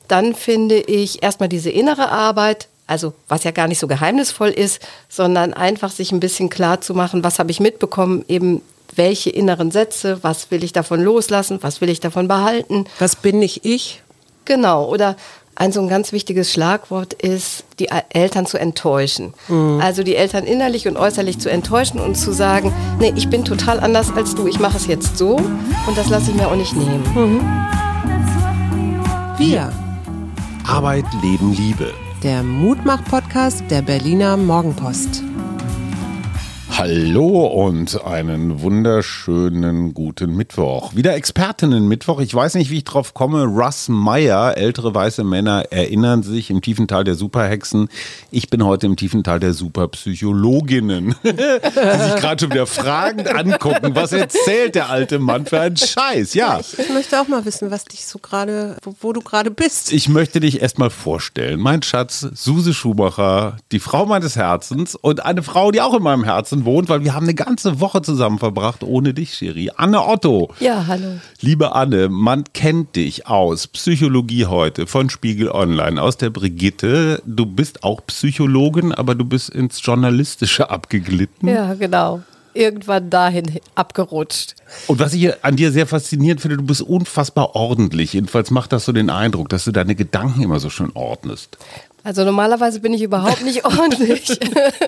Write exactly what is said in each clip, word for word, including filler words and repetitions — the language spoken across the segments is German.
dann finde ich erstmal diese innere Arbeit, also was ja gar nicht so geheimnisvoll ist, sondern einfach sich ein bisschen klar zu machen, was habe ich mitbekommen, eben welche inneren Sätze, was will ich davon loslassen, was will ich davon behalten. Was bin ich ich? Genau, oder ein so ein ganz wichtiges Schlagwort ist, die Eltern zu enttäuschen. Mhm. Also die Eltern innerlich und äußerlich zu enttäuschen und zu sagen, nee, ich bin total anders als du, ich mache es jetzt so und das lasse ich mir auch nicht nehmen. Mhm. Wir. Arbeit, Leben, Liebe. Der Mutmach-Podcast der Berliner Morgenpost. Hallo und einen wunderschönen guten Mittwoch. Wieder Expertinnen-Mittwoch. Ich weiß nicht, wie ich drauf komme. Russ Meyer, ältere weiße Männer erinnern sich im tiefen Tal der Superhexen. Ich bin heute im tiefen Tal der Superpsychologinnen. Die sich gerade schon wieder fragend angucken. Was erzählt der alte Mann für einen Scheiß? Ja. Ich möchte auch mal wissen, was dich so gerade, wo, wo du gerade bist. Ich möchte dich erstmal vorstellen. Mein Schatz, Suse Schumacher, die Frau meines Herzens und eine Frau, die auch in meinem Herzen wohnt, weil wir haben eine ganze Woche zusammen verbracht ohne dich, Chérie. Anne Otto. Ja, hallo. Liebe Anne, man kennt dich aus Psychologie heute von Spiegel Online, aus der Brigitte. Du bist auch Psychologin, aber du bist ins Journalistische abgeglitten. Ja, genau. Irgendwann dahin abgerutscht. Und was ich an dir sehr faszinierend finde, du bist unfassbar ordentlich. Jedenfalls macht das so den Eindruck, dass du deine Gedanken immer so schön ordnest. Also normalerweise bin ich überhaupt nicht ordentlich.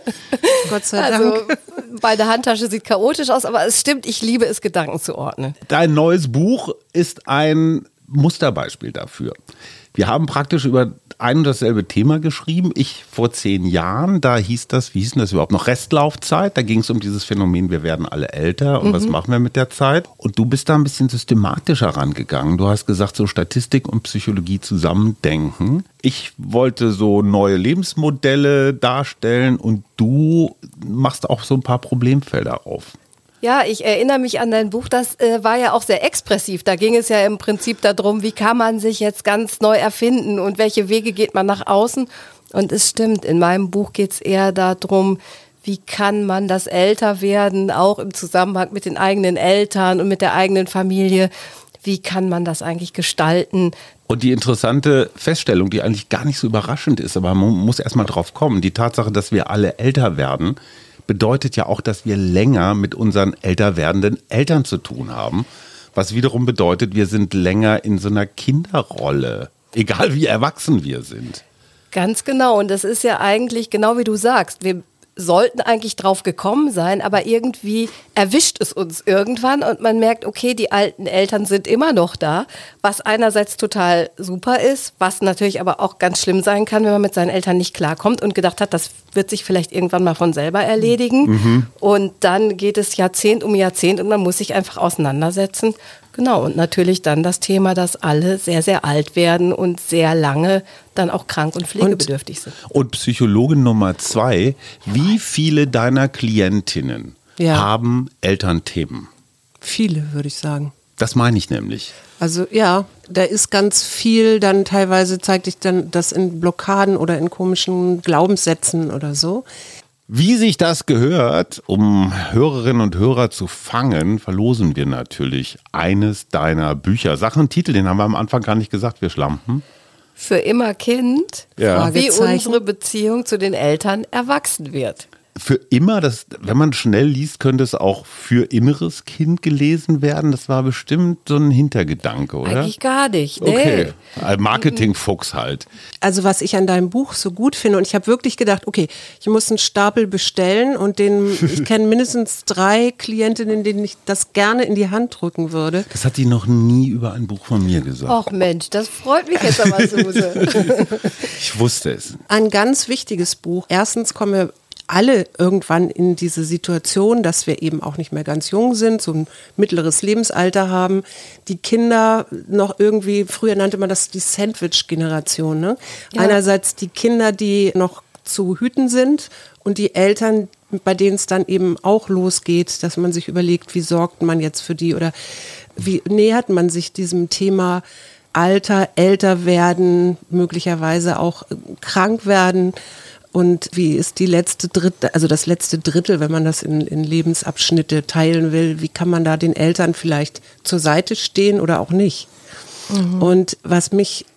Gott sei Dank. Also meine Handtasche sieht chaotisch aus, aber es stimmt, ich liebe es, Gedanken zu ordnen. Dein neues Buch ist ein Musterbeispiel dafür. Wir haben praktisch über ein und dasselbe Thema geschrieben. Ich vor zehn Jahren, da hieß das, wie hieß denn das überhaupt noch? Restlaufzeit. Da ging es um dieses Phänomen, wir werden alle älter und mhm. was machen wir mit der Zeit? Und du bist da ein bisschen systematischer rangegangen. Du hast gesagt, so Statistik und Psychologie zusammendenken. Ich wollte so neue Lebensmodelle darstellen und du machst auch so ein paar Problemfelder auf. Ja, ich erinnere mich an dein Buch, das äh, war ja auch sehr expressiv. Da ging es ja im Prinzip darum, wie kann man sich jetzt ganz neu erfinden und welche Wege geht man nach außen. Und es stimmt, in meinem Buch geht es eher darum, wie kann man das Älterwerden auch im Zusammenhang mit den eigenen Eltern und mit der eigenen Familie, wie kann man das eigentlich gestalten? Und die interessante Feststellung, die eigentlich gar nicht so überraschend ist, aber man muss erst mal drauf kommen, die Tatsache, dass wir alle älter werden, bedeutet ja auch, dass wir länger mit unseren älter werdenden Eltern zu tun haben, was wiederum bedeutet, wir sind länger in so einer Kinderrolle, egal wie erwachsen wir sind. Ganz genau, und das ist ja eigentlich genau wie du sagst, wir sollten eigentlich drauf gekommen sein, aber irgendwie erwischt es uns irgendwann und man merkt, okay, die alten Eltern sind immer noch da, was einerseits total super ist, was natürlich aber auch ganz schlimm sein kann, wenn man mit seinen Eltern nicht klarkommt und gedacht hat, das wird sich vielleicht irgendwann mal von selber erledigen. Mhm. Und dann geht es Jahrzehnt um Jahrzehnt und man muss sich einfach auseinandersetzen. Genau, und natürlich dann das Thema, dass alle sehr, sehr alt werden und sehr lange dann auch krank und pflegebedürftig sind. Und Psychologin Nummer zwei, wie viele deiner Klientinnen ja. haben Elternthemen? Viele, würde ich sagen. Das meine ich nämlich. Also ja, da ist ganz viel, dann teilweise zeigt sich dann das in Blockaden oder in komischen Glaubenssätzen oder so. Wie sich das gehört, um Hörerinnen und Hörer zu fangen, verlosen wir natürlich eines deiner Bücher. Sag einen Titel, den haben wir am Anfang gar nicht gesagt, wir Schlampen. Für immer Kind, ja. Wie unsere Beziehung zu den Eltern erwachsen wird. Für immer, das, wenn man schnell liest, könnte es auch für inneres Kind gelesen werden. Das war bestimmt so ein Hintergedanke, oder? Eigentlich gar nicht. Nee. Okay, Marketingfuchs halt. Also was ich an deinem Buch so gut finde, und ich habe wirklich gedacht, okay, ich muss einen Stapel bestellen und den, ich kenne mindestens drei Klientinnen, denen ich das gerne in die Hand drücken würde. Das hat die noch nie über ein Buch von mir gesagt. Ach Mensch, das freut mich jetzt aber, Suse. Ich wusste es. Ein ganz wichtiges Buch. Erstens kommen wir alle irgendwann in diese Situation, dass wir eben auch nicht mehr ganz jung sind, so ein mittleres Lebensalter haben, die Kinder noch irgendwie, früher nannte man das die Sandwich-Generation, ne? Ja. Einerseits die Kinder, die noch zu hüten sind und die Eltern, bei denen es dann eben auch losgeht, dass man sich überlegt, wie sorgt man jetzt für die oder wie nähert man sich diesem Thema Alter, älter werden, möglicherweise auch krank werden. Und wie ist die letzte Drittel, also das letzte Drittel, wenn man das in, in Lebensabschnitte teilen will, wie kann man da den Eltern vielleicht zur Seite stehen oder auch nicht? Mhm. Und was mich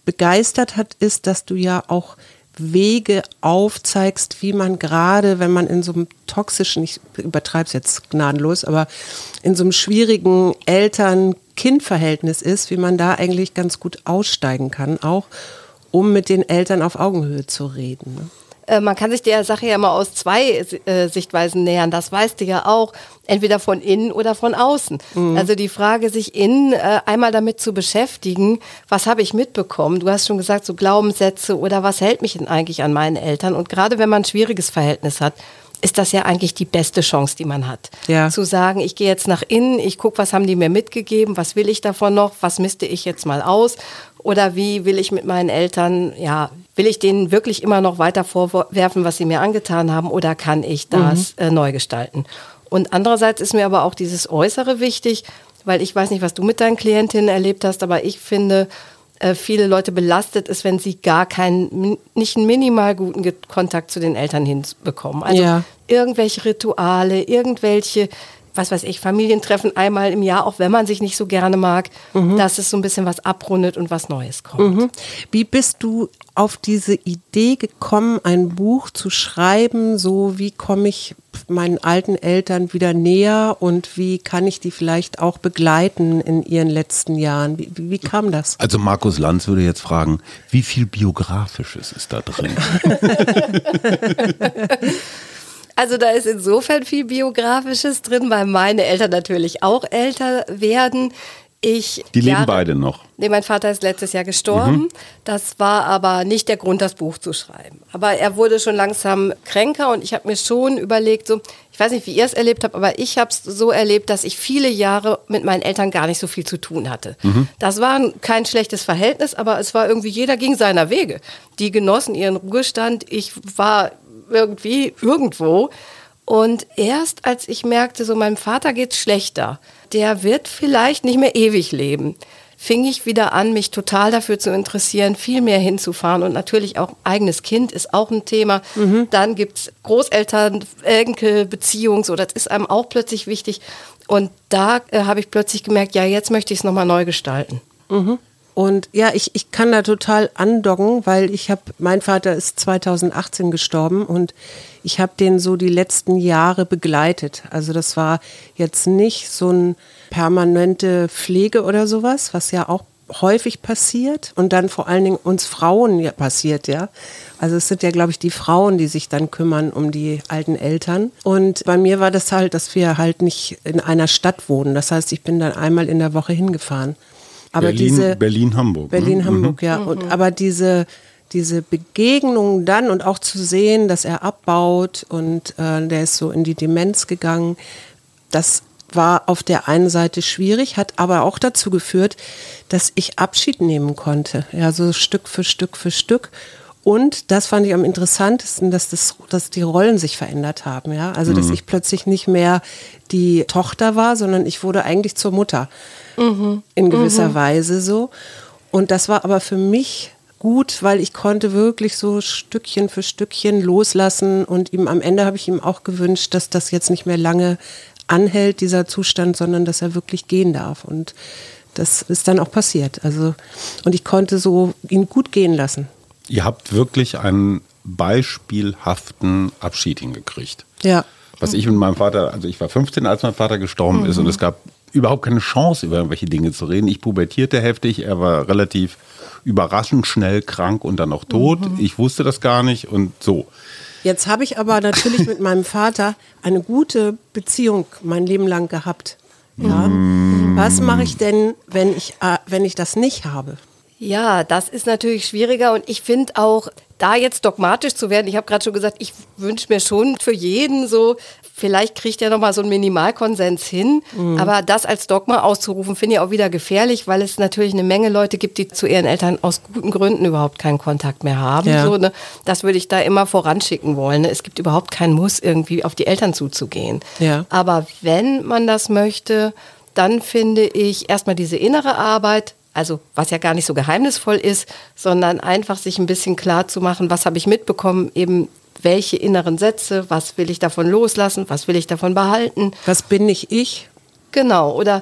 begeistert hat, ist, dass du ja auch Wege aufzeigst, wie man gerade, wenn man in so einem toxischen, ich übertreibe es jetzt gnadenlos, aber in so einem schwierigen Eltern-Kind-Verhältnis ist, wie man da eigentlich ganz gut aussteigen kann, auch um mit den Eltern auf Augenhöhe zu reden. Ne? Man kann sich der Sache ja mal aus zwei äh, Sichtweisen nähern. Das weißt du ja auch, entweder von innen oder von außen. Mhm. Also die Frage, sich innen äh, einmal damit zu beschäftigen, was habe ich mitbekommen? Du hast schon gesagt, so Glaubenssätze oder was hält mich denn eigentlich an meinen Eltern? Und gerade wenn man ein schwieriges Verhältnis hat, ist das ja eigentlich die beste Chance, die man hat. Ja. Zu sagen, ich gehe jetzt nach innen, ich gucke, was haben die mir mitgegeben, was will ich davon noch, was misste ich jetzt mal aus? Oder wie will ich mit meinen Eltern, ja, will ich denen wirklich immer noch weiter vorwerfen, was sie mir angetan haben, oder kann ich das mhm. äh, neu gestalten? Und andererseits ist mir aber auch dieses Äußere wichtig, weil ich weiß nicht, was du mit deinen Klientinnen erlebt hast, aber ich finde, äh, viele Leute belastet es, wenn sie gar keinen, nicht einen minimal guten Kontakt zu den Eltern hinbekommen. Also ja. irgendwelche Rituale, irgendwelche, was weiß ich, Familientreffen einmal im Jahr, auch wenn man sich nicht so gerne mag, mhm. dass es so ein bisschen was abrundet und was Neues kommt. Mhm. Wie bist du auf diese Idee gekommen, ein Buch zu schreiben, so wie komme ich meinen alten Eltern wieder näher und wie kann ich die vielleicht auch begleiten in ihren letzten Jahren? Wie, wie, wie kam das? Also Markus Lanz würde jetzt fragen, wie viel Biografisches ist da drin? Also da ist insofern viel Biografisches drin, weil meine Eltern natürlich auch älter werden. Ich Die leben Jahre, beide noch? Nee, mein Vater ist letztes Jahr gestorben. Mhm. Das war aber nicht der Grund, das Buch zu schreiben. Aber er wurde schon langsam kränker und ich habe mir schon überlegt, so, ich weiß nicht, wie ihr es erlebt habt, aber ich habe es so erlebt, dass ich viele Jahre mit meinen Eltern gar nicht so viel zu tun hatte. Mhm. Das war kein schlechtes Verhältnis, aber es war irgendwie, jeder ging seiner Wege. Die genossen ihren Ruhestand, ich war irgendwie irgendwo. Und erst als ich merkte, so meinem Vater geht's schlechter, der wird vielleicht nicht mehr ewig leben, fing ich wieder an, mich total dafür zu interessieren, viel mehr hinzufahren. Und natürlich auch eigenes Kind ist auch ein Thema. Mhm. Dann gibt's Großeltern, Enkel, Beziehung, so, das ist einem auch plötzlich wichtig. Und da äh, habe ich plötzlich gemerkt, ja, jetzt möchte ich es nochmal neu gestalten. Mhm. Und ja, ich, ich kann da total andocken, weil ich habe, mein Vater ist zweitausendachtzehn gestorben und ich habe den so die letzten Jahre begleitet. Also das war jetzt nicht so eine permanente Pflege oder sowas, was ja auch häufig passiert und dann vor allen Dingen uns Frauen ja passiert, ja. Also es sind ja, glaube ich, die Frauen, die sich dann kümmern um die alten Eltern. Und bei mir war das halt, dass wir halt nicht in einer Stadt wohnen. Das heißt, ich bin dann einmal in der Woche hingefahren. Aber Berlin, diese Berlin-Hamburg. Berlin-Hamburg, ne? ja. Mhm. Und, aber diese, diese Begegnung dann und auch zu sehen, dass er abbaut und äh, der ist so in die Demenz gegangen, das war auf der einen Seite schwierig, hat aber auch dazu geführt, dass ich Abschied nehmen konnte. Ja, so Stück für Stück für Stück. Und das fand ich am interessantesten, dass, das, dass die Rollen sich verändert haben. Ja? Also, dass mhm. ich plötzlich nicht mehr die Tochter war, sondern ich wurde eigentlich zur Mutter. Mhm. In gewisser mhm. Weise so. Und das war aber für mich gut, weil ich konnte wirklich so Stückchen für Stückchen loslassen. Und ihm am Ende habe ich ihm auch gewünscht, dass das jetzt nicht mehr lange anhält, dieser Zustand, sondern dass er wirklich gehen darf. Und das ist dann auch passiert. Also, und ich konnte so ihn gut gehen lassen. Ihr habt wirklich einen beispielhaften Abschied hingekriegt. Ja. Was ich mit meinem Vater, also ich war fünfzehn, als mein Vater gestorben mhm. ist und es gab überhaupt keine Chance, über irgendwelche Dinge zu reden. Ich pubertierte heftig, er war relativ überraschend schnell krank und dann auch tot. Mhm. Ich wusste das gar nicht und so. Jetzt habe ich aber natürlich mit meinem Vater eine gute Beziehung mein Leben lang gehabt. Ja. Mm. Was mache ich denn, wenn ich, äh, wenn ich das nicht habe? Ja, das ist natürlich schwieriger und ich finde auch, da jetzt dogmatisch zu werden, ich habe gerade schon gesagt, ich wünsche mir schon für jeden so, vielleicht kriegt er nochmal so einen Minimalkonsens hin, mhm. aber das als Dogma auszurufen, finde ich auch wieder gefährlich, weil es natürlich eine Menge Leute gibt, die zu ihren Eltern aus guten Gründen überhaupt keinen Kontakt mehr haben. Ja. So, ne? Das würde ich da immer voranschicken wollen. Ne? Es gibt überhaupt keinen Muss, irgendwie auf die Eltern zuzugehen. Ja. Aber wenn man das möchte, dann finde ich erstmal diese innere Arbeit, also was ja gar nicht so geheimnisvoll ist, sondern einfach sich ein bisschen klar zu machen, was habe ich mitbekommen, eben welche inneren Sätze, was will ich davon loslassen, was will ich davon behalten. Was bin ich ich? Genau, oder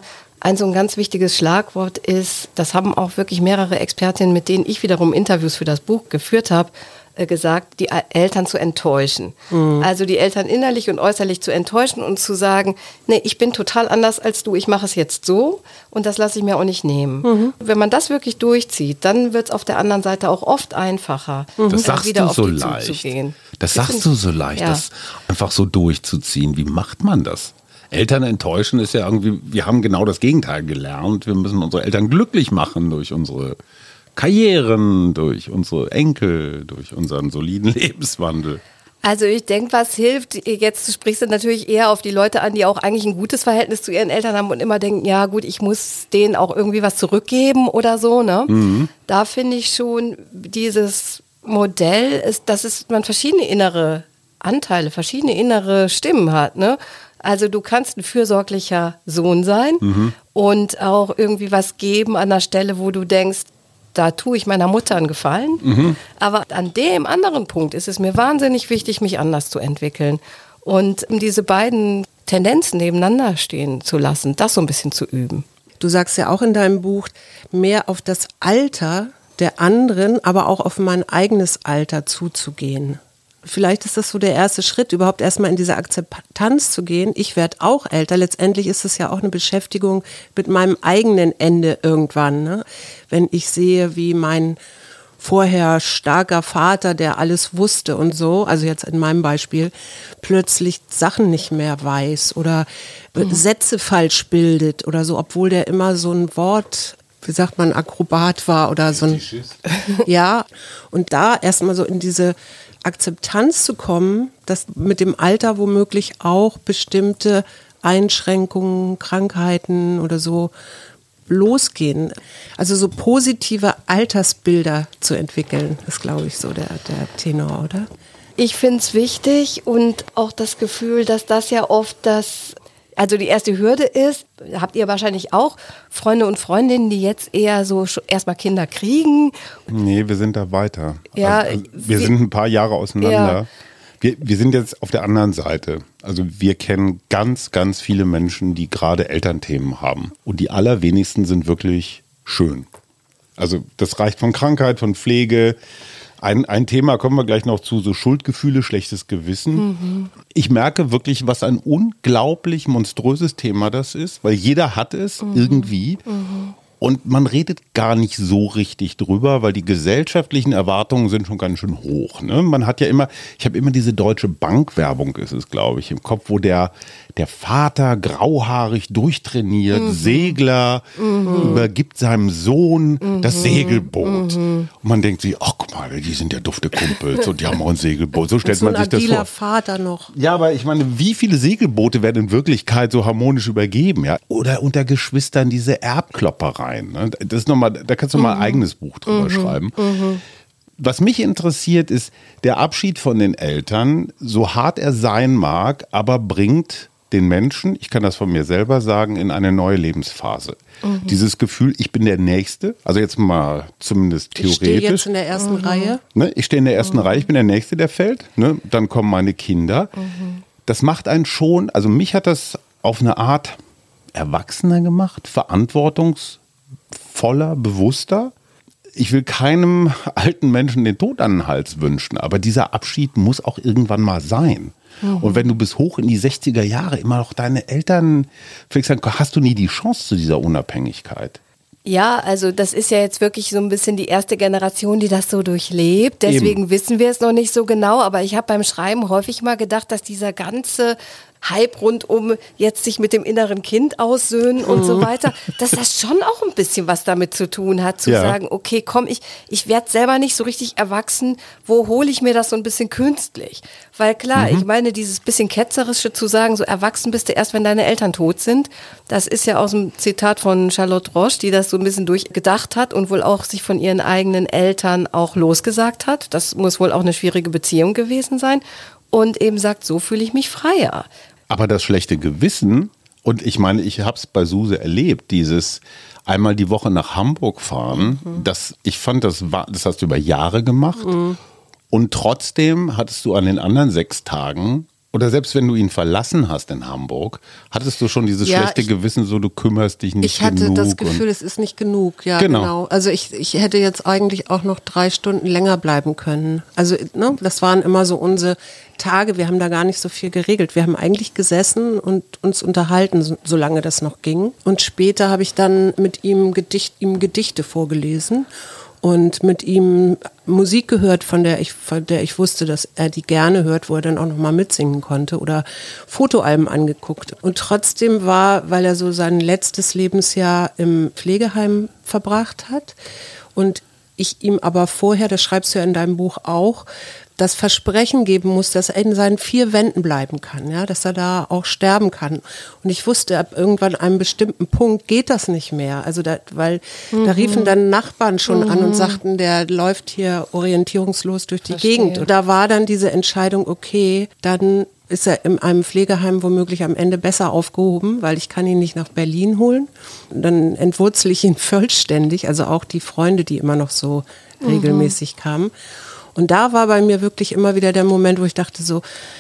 ein so ein ganz wichtiges Schlagwort ist, das haben auch wirklich mehrere Expertinnen, mit denen ich wiederum Interviews für das Buch geführt habe, gesagt, die Eltern zu enttäuschen. Mhm. Also die Eltern innerlich und äußerlich zu enttäuschen und zu sagen, nee, ich bin total anders als du, ich mache es jetzt so und das lasse ich mir auch nicht nehmen. Mhm. Wenn man das wirklich durchzieht, dann wird es auf der anderen Seite auch oft einfacher, mhm. das sagst wieder du auf so die leicht. zuzugehen. Das sagst find, du so leicht, ja. das einfach so durchzuziehen. Wie macht man das? Eltern enttäuschen ist ja irgendwie, wir haben genau das Gegenteil gelernt. Wir müssen unsere Eltern glücklich machen durch unsere Karrieren, durch unsere Enkel, durch unseren soliden Lebenswandel. Also ich denke, was hilft, jetzt sprichst du natürlich eher auf die Leute an, die auch eigentlich ein gutes Verhältnis zu ihren Eltern haben und immer denken, ja gut, ich muss denen auch irgendwie was zurückgeben oder so. Ne? Mhm. Da finde ich schon dieses Modell, ist, dass es, man verschiedene innere Anteile, verschiedene innere Stimmen hat. Ne? Also du kannst ein fürsorglicher Sohn sein mhm. und auch irgendwie was geben an der Stelle, wo du denkst, da tue ich meiner Mutter einen Gefallen. Mhm. Aber an dem anderen Punkt ist es mir wahnsinnig wichtig, mich anders zu entwickeln. Und diese beiden Tendenzen nebeneinander stehen zu lassen, das so ein bisschen zu üben. Du sagst ja auch in deinem Buch, mehr auf das Alter der anderen, aber auch auf mein eigenes Alter zuzugehen. Vielleicht ist das so der erste Schritt, überhaupt erstmal in diese Akzeptanz zu gehen. Ich werde auch älter. Letztendlich ist es ja auch eine Beschäftigung mit meinem eigenen Ende irgendwann. Ne? Wenn ich sehe, wie mein vorher starker Vater, der alles wusste und so, also jetzt in meinem Beispiel, plötzlich Sachen nicht mehr weiß oder mhm. Sätze falsch bildet oder so, obwohl der immer so ein Wort, wie sagt man, Akrobat war oder so ein, ja. Und da erstmal so in diese Akzeptanz zu kommen, dass mit dem Alter womöglich auch bestimmte Einschränkungen, Krankheiten oder so losgehen. Also so positive Altersbilder zu entwickeln, ist, glaube ich, so der, der Tenor, oder? Ich finde es wichtig und auch das Gefühl, dass das ja oft das, also die erste Hürde ist, habt ihr wahrscheinlich auch Freunde und Freundinnen, die jetzt eher so erstmal Kinder kriegen. Nee, wir sind da weiter. Ja, also, also wir sind ein paar Jahre auseinander. Ja. Wir, wir sind jetzt auf der anderen Seite. Also wir kennen ganz, ganz viele Menschen, die gerade Elternthemen haben. Und die allerwenigsten sind wirklich schön. Also das reicht von Krankheit, von Pflege. Ein, ein Thema, kommen wir gleich noch zu, so Schuldgefühle, schlechtes Gewissen. Mhm. Ich merke wirklich, was ein unglaublich monströses Thema das ist, weil jeder hat es mhm. irgendwie. Mhm. Und man redet gar nicht so richtig drüber, weil die gesellschaftlichen Erwartungen sind schon ganz schön hoch. Ne? Man hat ja immer, ich habe immer diese Deutsche Bank-Werbung, ist es, glaube ich, im Kopf, wo der, der Vater grauhaarig durchtrainiert, mhm. Segler, mhm. übergibt seinem Sohn mhm. das Segelboot. Mhm. Und man denkt sich, ach guck mal, die sind ja dufte Kumpels und die haben auch ein Segelboot. So stellt so man sich das vor. So ein agiler Vater noch. Ja, aber ich meine, wie viele Segelboote werden in Wirklichkeit so harmonisch übergeben? Ja? Oder unter Geschwistern diese Erbklopperei. Das ist noch mal, da kannst du mal ein eigenes Buch drüber mhm. schreiben. Mhm. Was mich interessiert, ist der Abschied von den Eltern, so hart er sein mag, aber bringt den Menschen, ich kann das von mir selber sagen, in eine neue Lebensphase. Mhm. Dieses Gefühl, ich bin der Nächste, also jetzt mal zumindest theoretisch. Ich stehe jetzt in der ersten mhm. Reihe. Ne, ich stehe in der ersten mhm. Reihe, ich bin der Nächste, der fällt. Ne, dann kommen meine Kinder. Mhm. Das macht einen schon, also mich hat das auf eine Art erwachsener gemacht, verantwortungsvoller, bewusster. Ich will keinem alten Menschen den Tod an den Hals wünschen, aber dieser Abschied muss auch irgendwann mal sein. Mhm. Und wenn du bis hoch in die sechziger Jahre immer noch deine Eltern pflegst, dann hast du nie die Chance zu dieser Unabhängigkeit. Ja, also das ist ja jetzt wirklich so ein bisschen die erste Generation, die das so durchlebt. Deswegen Eben. wissen wir es noch nicht so genau. Aber ich habe beim Schreiben häufig mal gedacht, dass dieser ganze Hype rund um jetzt sich mit dem inneren Kind aussöhnen und so weiter, dass das schon auch ein bisschen was damit zu tun hat, zu ja. sagen, okay, komm, ich, ich werde selber nicht so richtig erwachsen, wo hole ich mir das so ein bisschen künstlich? Weil klar, mhm. ich meine, dieses bisschen Ketzerische zu sagen, so erwachsen bist du erst, wenn deine Eltern tot sind, das ist ja aus dem Zitat von Charlotte Roche, die das so ein bisschen durchgedacht hat und wohl auch sich von ihren eigenen Eltern auch losgesagt hat. Das muss wohl auch eine schwierige Beziehung gewesen sein und eben sagt, so fühle ich mich freier. Aber das schlechte Gewissen, und ich meine, ich habe es bei Suse erlebt, dieses einmal die Woche nach Hamburg fahren, mhm. das, ich fand, das, war, das hast du über Jahre gemacht. Mhm. Und trotzdem hattest du an den anderen sechs Tagen Oder selbst wenn du ihn verlassen hast in Hamburg, hattest du schon dieses Ja, schlechte ich, Gewissen, so du kümmerst dich nicht Ich hatte genug. das Gefühl, es ist nicht genug, ja Genau. genau. Also ich, ich hätte jetzt eigentlich auch noch drei Stunden länger bleiben können. Also ne, das waren immer so unsere Tage, wir haben da gar nicht so viel geregelt. Wir haben eigentlich gesessen und uns unterhalten, so, solange das noch ging. Und später habe ich dann mit ihm, Gedicht, ihm Gedichte vorgelesen. Und mit ihm Musik gehört, von der ich, von der ich wusste, dass er die gerne hört, wo er dann auch noch mal mitsingen konnte oder Fotoalben angeguckt. Und trotzdem war, weil er so sein letztes Lebensjahr im Pflegeheim verbracht hat und ich ihm aber vorher, das schreibst du ja in deinem Buch auch, das Versprechen geben muss, dass er in seinen vier Wänden bleiben kann, ja, dass er da auch sterben kann. Und ich wusste, ab irgendwann einem bestimmten Punkt geht das nicht mehr. Also da, weil mhm. da riefen dann Nachbarn schon mhm. an und sagten, der läuft hier orientierungslos durch die Verstehe. Gegend. Und da war dann diese Entscheidung, okay, dann ist er in einem Pflegeheim womöglich am Ende besser aufgehoben, weil ich kann ihn nicht nach Berlin holen. Und dann entwurzel ich ihn vollständig, also auch die Freunde, die immer noch so mhm. regelmäßig kamen. Und da war bei mir wirklich immer wieder der Moment, wo ich dachte so,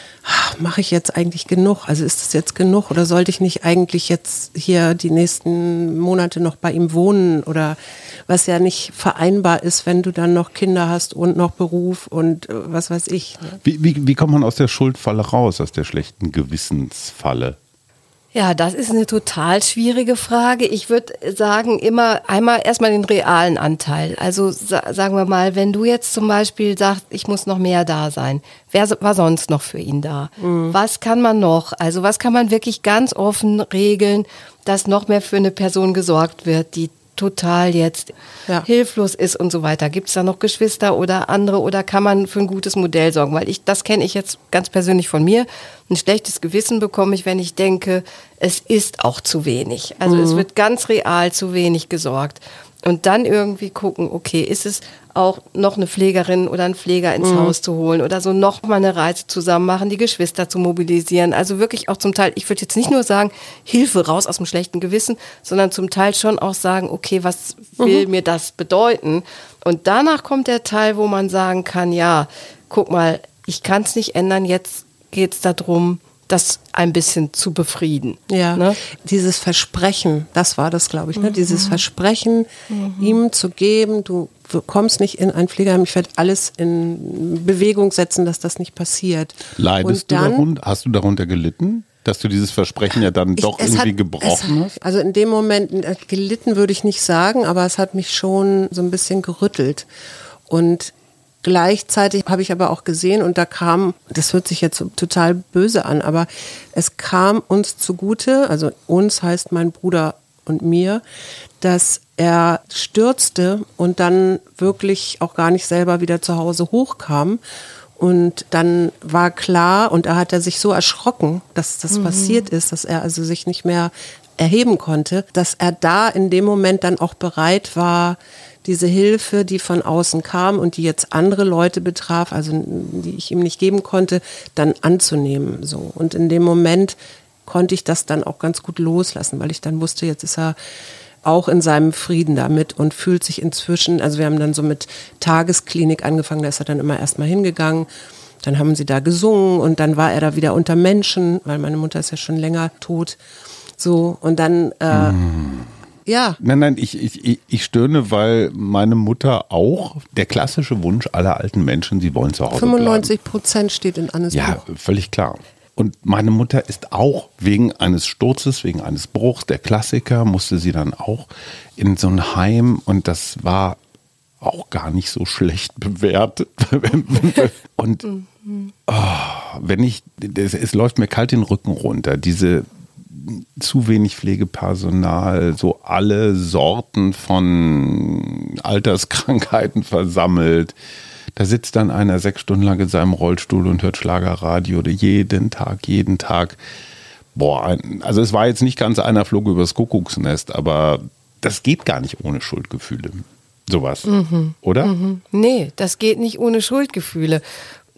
mache ich jetzt eigentlich genug? Also ist das jetzt genug oder sollte ich nicht eigentlich jetzt hier die nächsten Monate noch bei ihm wohnen oder was ja nicht vereinbar ist, wenn du dann noch Kinder hast und noch Beruf und äh, was weiß ich. Ne? Wie, wie, wie kommt man aus der Schuldfalle raus, aus der schlechten Gewissensfalle? Ja, das ist eine total schwierige Frage. Ich würde sagen, immer einmal erstmal den realen Anteil. Also sa- sagen wir mal, wenn du jetzt zum Beispiel sagst, ich muss noch mehr da sein, wer so- war sonst noch für ihn da? Mhm. Was kann man noch? Also was kann man wirklich ganz offen regeln, dass noch mehr für eine Person gesorgt wird, die total jetzt ja. hilflos ist und so weiter. Gibt es da noch Geschwister oder andere oder kann man für ein gutes Modell sorgen? Weil ich, das kenne ich jetzt ganz persönlich von mir. Ein schlechtes Gewissen bekomme ich, wenn ich denke, es ist auch zu wenig. Also mhm. es wird ganz real zu wenig gesorgt. Und dann irgendwie gucken, okay, ist es auch noch eine Pflegerin oder einen Pfleger ins mhm. Haus zu holen oder so noch mal eine Reise zusammen machen, die Geschwister zu mobilisieren. Also wirklich auch zum Teil, ich würde jetzt nicht nur sagen, Hilfe raus aus dem schlechten Gewissen, sondern zum Teil schon auch sagen, okay, was will mhm. mir das bedeuten? Und danach kommt der Teil, wo man sagen kann, ja, guck mal, ich kann es nicht ändern, jetzt geht es darum, das ein bisschen zu befrieden. Ja, ne? Dieses Versprechen, das war das, glaube ich, ne? Mhm. Dieses Versprechen, mhm. ihm zu geben, du kommst nicht in ein Pflegeheim, ich werde alles in Bewegung setzen, dass das nicht passiert. Leidest Und dann, du darunter? Hast du darunter gelitten? Dass du dieses Versprechen ja dann doch ich, irgendwie hat, gebrochen es, hast? Also in dem Moment, gelitten würde ich nicht sagen, aber es hat mich schon so ein bisschen gerüttelt. Und gleichzeitig habe ich aber auch gesehen, und da kam, das hört sich jetzt total böse an, aber es kam uns zugute, also uns heißt mein Bruder und mir, dass er stürzte und dann wirklich auch gar nicht selber wieder zu Hause hochkam. Und dann war klar, und da hat er sich so erschrocken, dass das mhm. passiert ist, dass er also sich nicht mehr erheben konnte, dass er da in dem Moment dann auch bereit war, diese Hilfe, die von außen kam und die jetzt andere Leute betraf, also die ich ihm nicht geben konnte, dann anzunehmen. So. Und in dem Moment konnte ich das dann auch ganz gut loslassen, weil ich dann wusste, jetzt ist er auch in seinem Frieden damit und fühlt sich inzwischen, also wir haben dann so mit Tagesklinik angefangen, da ist er dann immer erstmal hingegangen, dann haben sie da gesungen und dann war er da wieder unter Menschen, weil meine Mutter ist ja schon länger tot. So, und dann äh, mm. Ja. Nein, nein, ich, ich, ich stöhne, weil meine Mutter auch, der klassische Wunsch aller alten Menschen, sie wollen zu Hause fünfundneunzig Prozent steht in Annes ja, Buch. Ja, völlig klar. Und meine Mutter ist auch wegen eines Sturzes, wegen eines Bruchs, der Klassiker, musste sie dann auch in so ein Heim und das war auch gar nicht so schlecht bewertet. Und oh, wenn ich, es, es läuft mir kalt den Rücken runter, diese zu wenig Pflegepersonal, so alle Sorten von Alterskrankheiten versammelt. Da sitzt dann einer sechs Stunden lang in seinem Rollstuhl und hört Schlagerradio oder jeden Tag, jeden Tag. Boah, also es war jetzt nicht ganz einer flog übers Kuckucksnest, aber das geht gar nicht ohne Schuldgefühle. Sowas, mhm. oder? Mhm. Nee, das geht nicht ohne Schuldgefühle.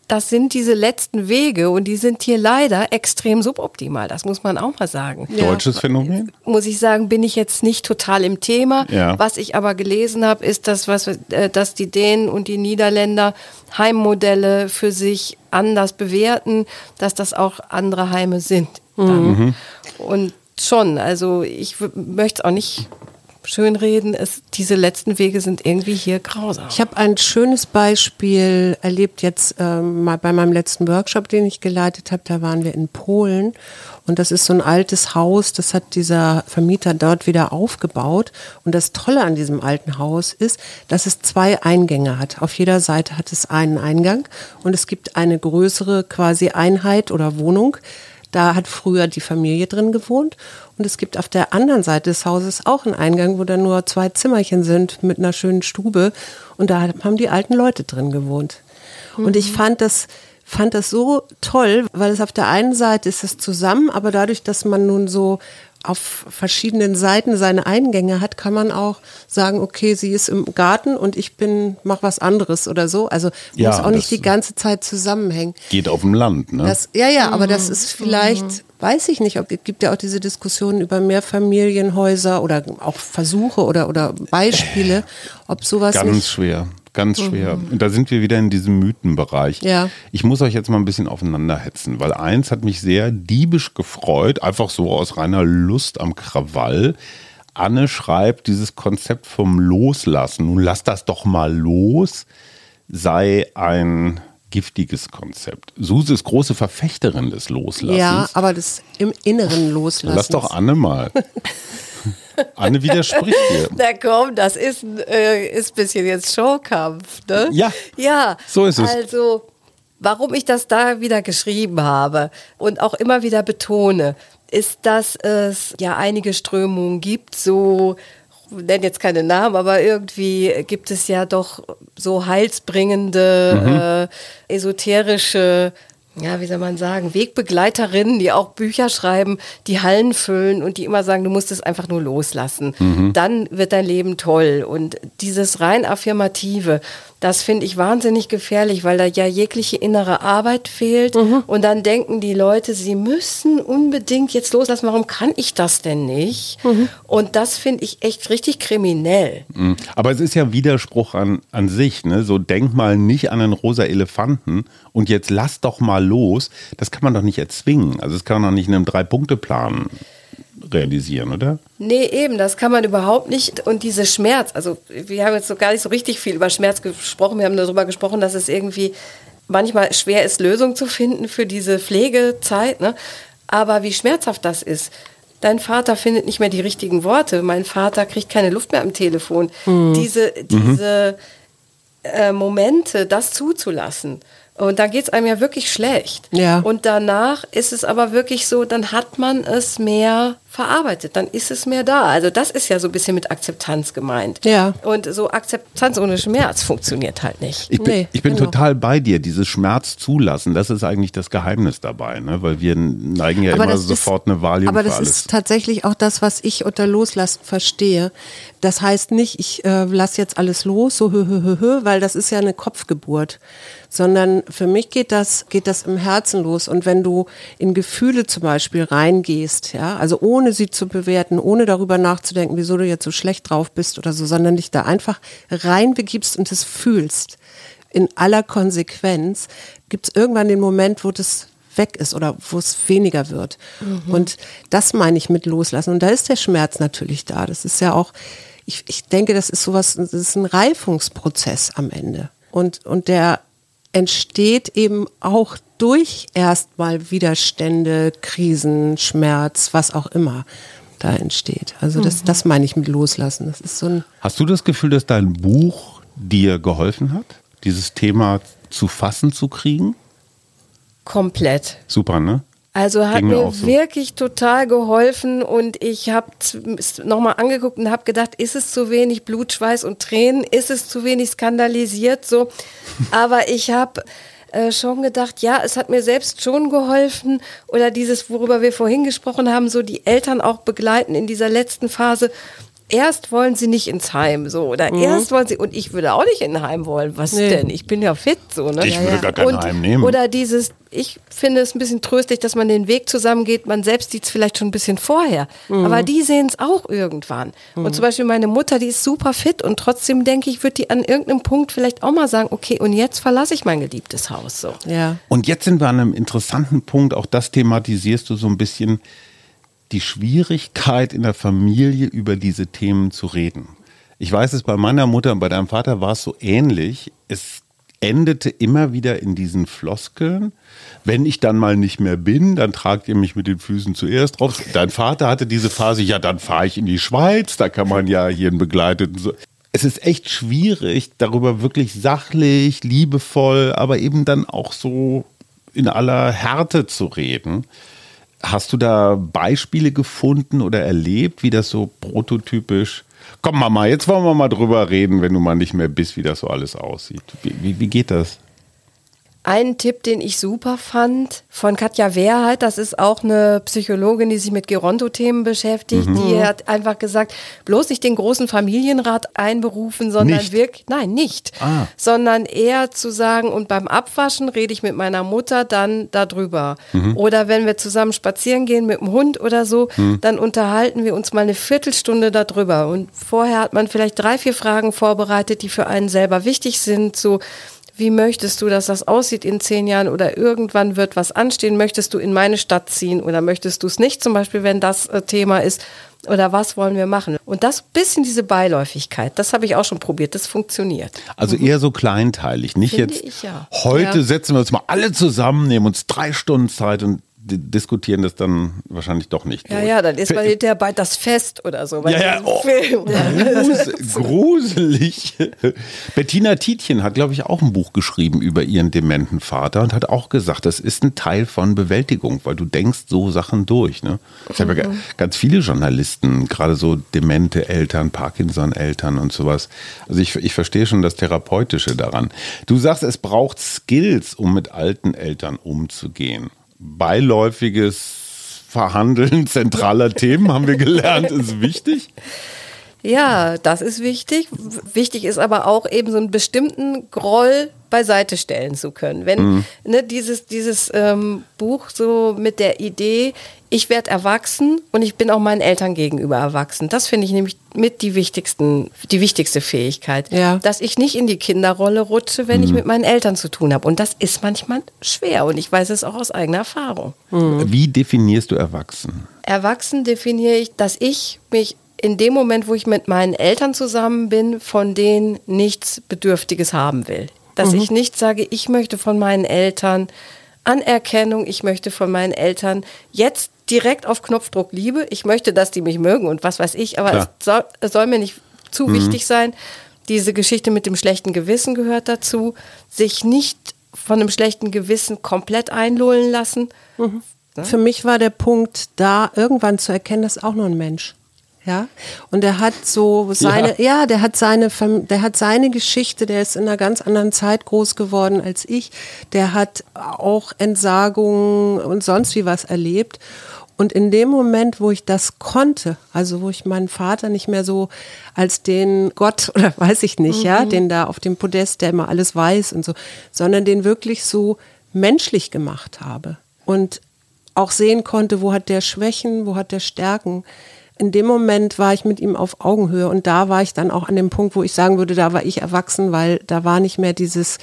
das sind diese letzten Wege und die sind hier leider extrem suboptimal, das muss man auch mal sagen. Deutsches Phänomen? Muss ich sagen, bin ich jetzt nicht total im Thema. Ja. Was ich aber gelesen habe, ist, dass, was, äh, dass die Dänen und die Niederländer Heimmodelle für sich anders bewerten, dass das auch andere Heime sind. Dann. Mhm. Und schon, also ich w- möchte es auch nicht schönreden, es, diese letzten Wege sind irgendwie hier grausam. Ich habe ein schönes Beispiel erlebt jetzt ähm, mal bei meinem letzten Workshop, den ich geleitet habe. Da waren wir in Polen und das ist so ein altes Haus, das hat dieser Vermieter dort wieder aufgebaut. Und das Tolle an diesem alten Haus ist, dass es zwei Eingänge hat. Auf jeder Seite hat es einen Eingang und es gibt eine größere quasi Einheit oder Wohnung. Da hat früher die Familie drin gewohnt und es gibt auf der anderen Seite des Hauses auch einen Eingang, wo dann nur zwei Zimmerchen sind mit einer schönen Stube und da haben die alten Leute drin gewohnt. Mhm. Und ich fand das, fand das so toll, weil es auf der einen Seite ist es zusammen, aber dadurch, dass man nun so auf verschiedenen Seiten seine Eingänge hat, kann man auch sagen, okay, sie ist im Garten und ich bin, mach was anderes oder so. Also Ja, muss auch nicht das die ganze Zeit zusammenhängen. Geht auf dem Land, ne? Das, ja, ja, aber das ist vielleicht, weiß ich nicht, ob, es gibt ja auch diese Diskussionen über Mehrfamilienhäuser oder auch Versuche oder, oder Beispiele, ob sowas Ganz nicht... schwer, ganz schwer. Und da sind wir wieder in diesem Mythenbereich. Ja. Ich muss euch jetzt mal ein bisschen aufeinander hetzen, weil eins hat mich sehr diebisch gefreut, einfach so aus reiner Lust am Krawall. Anne schreibt, dieses Konzept vom Loslassen, nun lass das doch mal los, sei ein giftiges Konzept. Suse ist große Verfechterin des Loslassens. Ja, aber das im Inneren loslassen. Lass doch Anne mal. Anne widerspricht dir. Na komm, das ist ein äh, ist ein bisschen jetzt Showkampf, ne? Ja, ja, so ist es. Also, warum ich das da wieder geschrieben habe und auch immer wieder betone, ist, dass es ja einige Strömungen gibt, so, ich nenne jetzt keine Namen, aber irgendwie gibt es ja doch so heilsbringende, äh, esoterische, ja, wie soll man sagen, Wegbegleiterinnen, die auch Bücher schreiben, die Hallen füllen und die immer sagen, du musst es einfach nur loslassen. Mhm. Dann wird dein Leben toll. Und dieses rein Affirmative, das finde ich wahnsinnig gefährlich, weil da ja jegliche innere Arbeit fehlt. Mhm. Und dann denken die Leute, sie müssen unbedingt jetzt loslassen. Warum kann ich das denn nicht? Mhm. Und das finde ich echt richtig kriminell. Mhm. Aber es ist ja Widerspruch an, an sich. Ne? So, denk mal nicht an einen rosa Elefanten und jetzt lass doch mal los. Das kann man doch nicht erzwingen. Also das kann man doch nicht in einem Drei-Punkte-Plan realisieren, oder? Nee, eben, das kann man überhaupt nicht. Und diese Schmerz, also wir haben jetzt so gar nicht so richtig viel über Schmerz gesprochen, wir haben darüber gesprochen, dass es irgendwie manchmal schwer ist, Lösungen zu finden für diese Pflegezeit, ne? Aber wie schmerzhaft das ist. Dein Vater findet nicht mehr die richtigen Worte, mein Vater kriegt keine Luft mehr am Telefon. Mhm. Diese, diese mhm. äh, Momente, das zuzulassen. Und da geht es einem ja wirklich schlecht. Ja. Und danach ist es aber wirklich so, dann hat man es mehr verarbeitet, dann ist es mehr da. Also das ist ja so ein bisschen mit Akzeptanz gemeint. Ja. Und so Akzeptanz ohne Schmerz funktioniert halt nicht. Ich bin, Nee, ich bin genau. total bei dir, dieses Schmerz zulassen, das ist eigentlich das Geheimnis dabei, ne? Weil wir neigen ja Aber immer das sofort ist, eine Valium Aber für das alles. ist tatsächlich auch das, was ich unter Loslassen verstehe. Das heißt nicht, ich äh, lasse jetzt alles los, so hö, hö, hö, hö, weil das ist ja eine Kopfgeburt. Sondern für mich geht das, geht das im Herzen los. Und wenn du in Gefühle zum Beispiel reingehst, ja, also ohne sie zu bewerten, ohne darüber nachzudenken, wieso du jetzt so schlecht drauf bist oder so, sondern dich da einfach reinbegibst und es fühlst, in aller Konsequenz, gibt es irgendwann den Moment, wo das weg ist oder wo es weniger wird. Mhm. Und das meine ich mit Loslassen. Und da ist der Schmerz natürlich da. Das ist ja auch, ich, ich denke, das ist sowas, das ist ein Reifungsprozess am Ende. Und, und der entsteht eben auch durch erstmal Widerstände, Krisen, Schmerz, was auch immer da entsteht. Also das, das meine ich mit Loslassen. Das ist so ein Hast du das Gefühl, dass dein Buch dir geholfen hat, dieses Thema zu fassen zu kriegen? Komplett. Super, ne? Also hat Ging mir mir auch so. wirklich total geholfen und ich habe es nochmal angeguckt und habe gedacht, ist es zu wenig Blut, Schweiß und Tränen? Ist es zu wenig skandalisiert? So, aber ich habe äh, schon gedacht, ja, es hat mir selbst schon geholfen oder dieses, worüber wir vorhin gesprochen haben, so die Eltern auch begleiten in dieser letzten Phase. erst wollen sie nicht ins Heim, so, oder mhm. erst wollen sie, und ich würde auch nicht in ein Heim wollen, was nee. denn, ich bin ja fit, so, ne? Ich ja, würde ja. gar kein und, Heim nehmen. Oder dieses, ich finde es ein bisschen tröstlich, dass man den Weg zusammengeht, man selbst sieht es vielleicht schon ein bisschen vorher, mhm. aber die sehen es auch irgendwann. Mhm. Und zum Beispiel meine Mutter, die ist super fit und trotzdem denke ich, wird die an irgendeinem Punkt vielleicht auch mal sagen, okay, und jetzt verlasse ich mein geliebtes Haus, so. Ja. Und jetzt sind wir an einem interessanten Punkt, auch das thematisierst du so ein bisschen, die Schwierigkeit in der Familie über diese Themen zu reden. Ich weiß es, bei meiner Mutter und bei deinem Vater war es so ähnlich. Es endete immer wieder in diesen Floskeln. Wenn ich dann mal nicht mehr bin, dann tragt ihr mich mit den Füßen zuerst drauf. Dein Vater hatte diese Phase, ja, dann fahre ich in die Schweiz, da kann man ja hier einen Begleiteten. So. Es ist echt schwierig, darüber wirklich sachlich, liebevoll, aber eben dann auch so in aller Härte zu reden. Hast du da Beispiele gefunden oder erlebt, wie das so prototypisch, komm Mama, jetzt wollen wir mal drüber reden, wenn du mal nicht mehr bist, wie das so alles aussieht. Wie, wie, wie geht das? Ein Tipp, den ich super fand, von Katja Wehrheit, das ist auch eine Psychologin, die sich mit Geronto-Themen beschäftigt, mhm. die hat einfach gesagt, bloß nicht den großen Familienrat einberufen, sondern nicht. wirklich, nein, nicht, ah. sondern eher zu sagen, und beim Abwaschen rede ich mit meiner Mutter dann darüber. Mhm. Oder wenn wir zusammen spazieren gehen mit dem Hund oder so, mhm. dann unterhalten wir uns mal eine Viertelstunde darüber. Und vorher hat man vielleicht drei, vier Fragen vorbereitet, die für einen selber wichtig sind, so, wie möchtest du, dass das aussieht in zehn Jahren oder irgendwann wird was anstehen? Möchtest du in meine Stadt ziehen oder möchtest du es nicht, zum Beispiel, wenn das äh, Thema ist? Oder was wollen wir machen? Und das bisschen diese Beiläufigkeit, das habe ich auch schon probiert, das funktioniert. Also eher so kleinteilig, nicht Finde jetzt, ich, ja. heute ja. setzen wir uns mal alle zusammen, nehmen uns drei Stunden Zeit und diskutieren das dann wahrscheinlich doch nicht. Ja, durch. ja, dann ist man hinterher bald das Fest oder so. Ja, ja, oh, Film. Grus, gruselig. Bettina Tietjen hat, glaube ich, auch ein Buch geschrieben über ihren dementen Vater und hat auch gesagt, das ist ein Teil von Bewältigung, weil du denkst so Sachen durch. Ne? Ich habe ja ganz viele Journalisten, gerade so demente Eltern, Parkinson-Eltern und sowas. Also ich, ich verstehe schon das Therapeutische daran. Du sagst, es braucht Skills, um mit alten Eltern umzugehen. Beiläufiges Verhandeln zentraler Themen, haben wir gelernt, ist wichtig. Ja, das ist wichtig. Wichtig ist aber auch eben so einen bestimmten Groll beiseite stellen zu können. Wenn mhm. ne, dieses, dieses ähm, Buch so mit der Idee, ich werde erwachsen und ich bin auch meinen Eltern gegenüber erwachsen. Das finde ich nämlich mit die wichtigsten, die wichtigste Fähigkeit. Ja. Dass ich nicht in die Kinderrolle rutsche, wenn mhm. ich mit meinen Eltern zu tun habe. Und das ist manchmal schwer und ich weiß es auch aus eigener Erfahrung. Mhm. Wie definierst du erwachsen? Erwachsen definiere ich, dass ich mich in dem Moment, wo ich mit meinen Eltern zusammen bin, von denen nichts Bedürftiges haben will. Dass mhm. ich nicht sage, ich möchte von meinen Eltern Anerkennung, ich möchte von meinen Eltern jetzt direkt auf Knopfdruck Liebe, ich möchte, dass die mich mögen und was weiß ich, aber es soll, es soll mir nicht zu mhm. wichtig sein. Diese Geschichte mit dem schlechten Gewissen gehört dazu, sich nicht von einem schlechten Gewissen komplett einlullen lassen. Mhm. Ja? Für mich war der Punkt da, irgendwann zu erkennen, das ist auch nur ein Mensch. Ja, und er hat so seine, ja, ja der hat seine, der hat seine Geschichte, der ist in einer ganz anderen Zeit groß geworden als ich, der hat auch Entsagungen und sonst wie was erlebt. Und in dem Moment, wo ich das konnte, also wo ich meinen Vater nicht mehr so als den Gott oder weiß ich nicht, mhm. ja, den da auf dem Podest, der immer alles weiß und so, sondern den wirklich so menschlich gemacht habe und auch sehen konnte, wo hat der Schwächen, wo hat der Stärken. In dem Moment war ich mit ihm auf Augenhöhe und da war ich dann auch an dem Punkt, wo ich sagen würde, da war ich erwachsen, weil da war nicht mehr dieses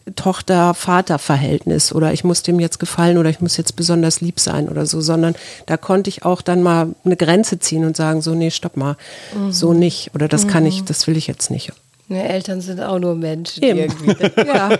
Tochter-Vater-Verhältnis oder ich muss dem jetzt gefallen oder ich muss jetzt besonders lieb sein oder so, sondern da konnte ich auch dann mal eine Grenze ziehen und sagen, so nee, stopp mal, mhm. so nicht oder das mhm. kann ich, das will ich jetzt nicht. Ja, Eltern sind auch nur Menschen Eben. irgendwie. Ja.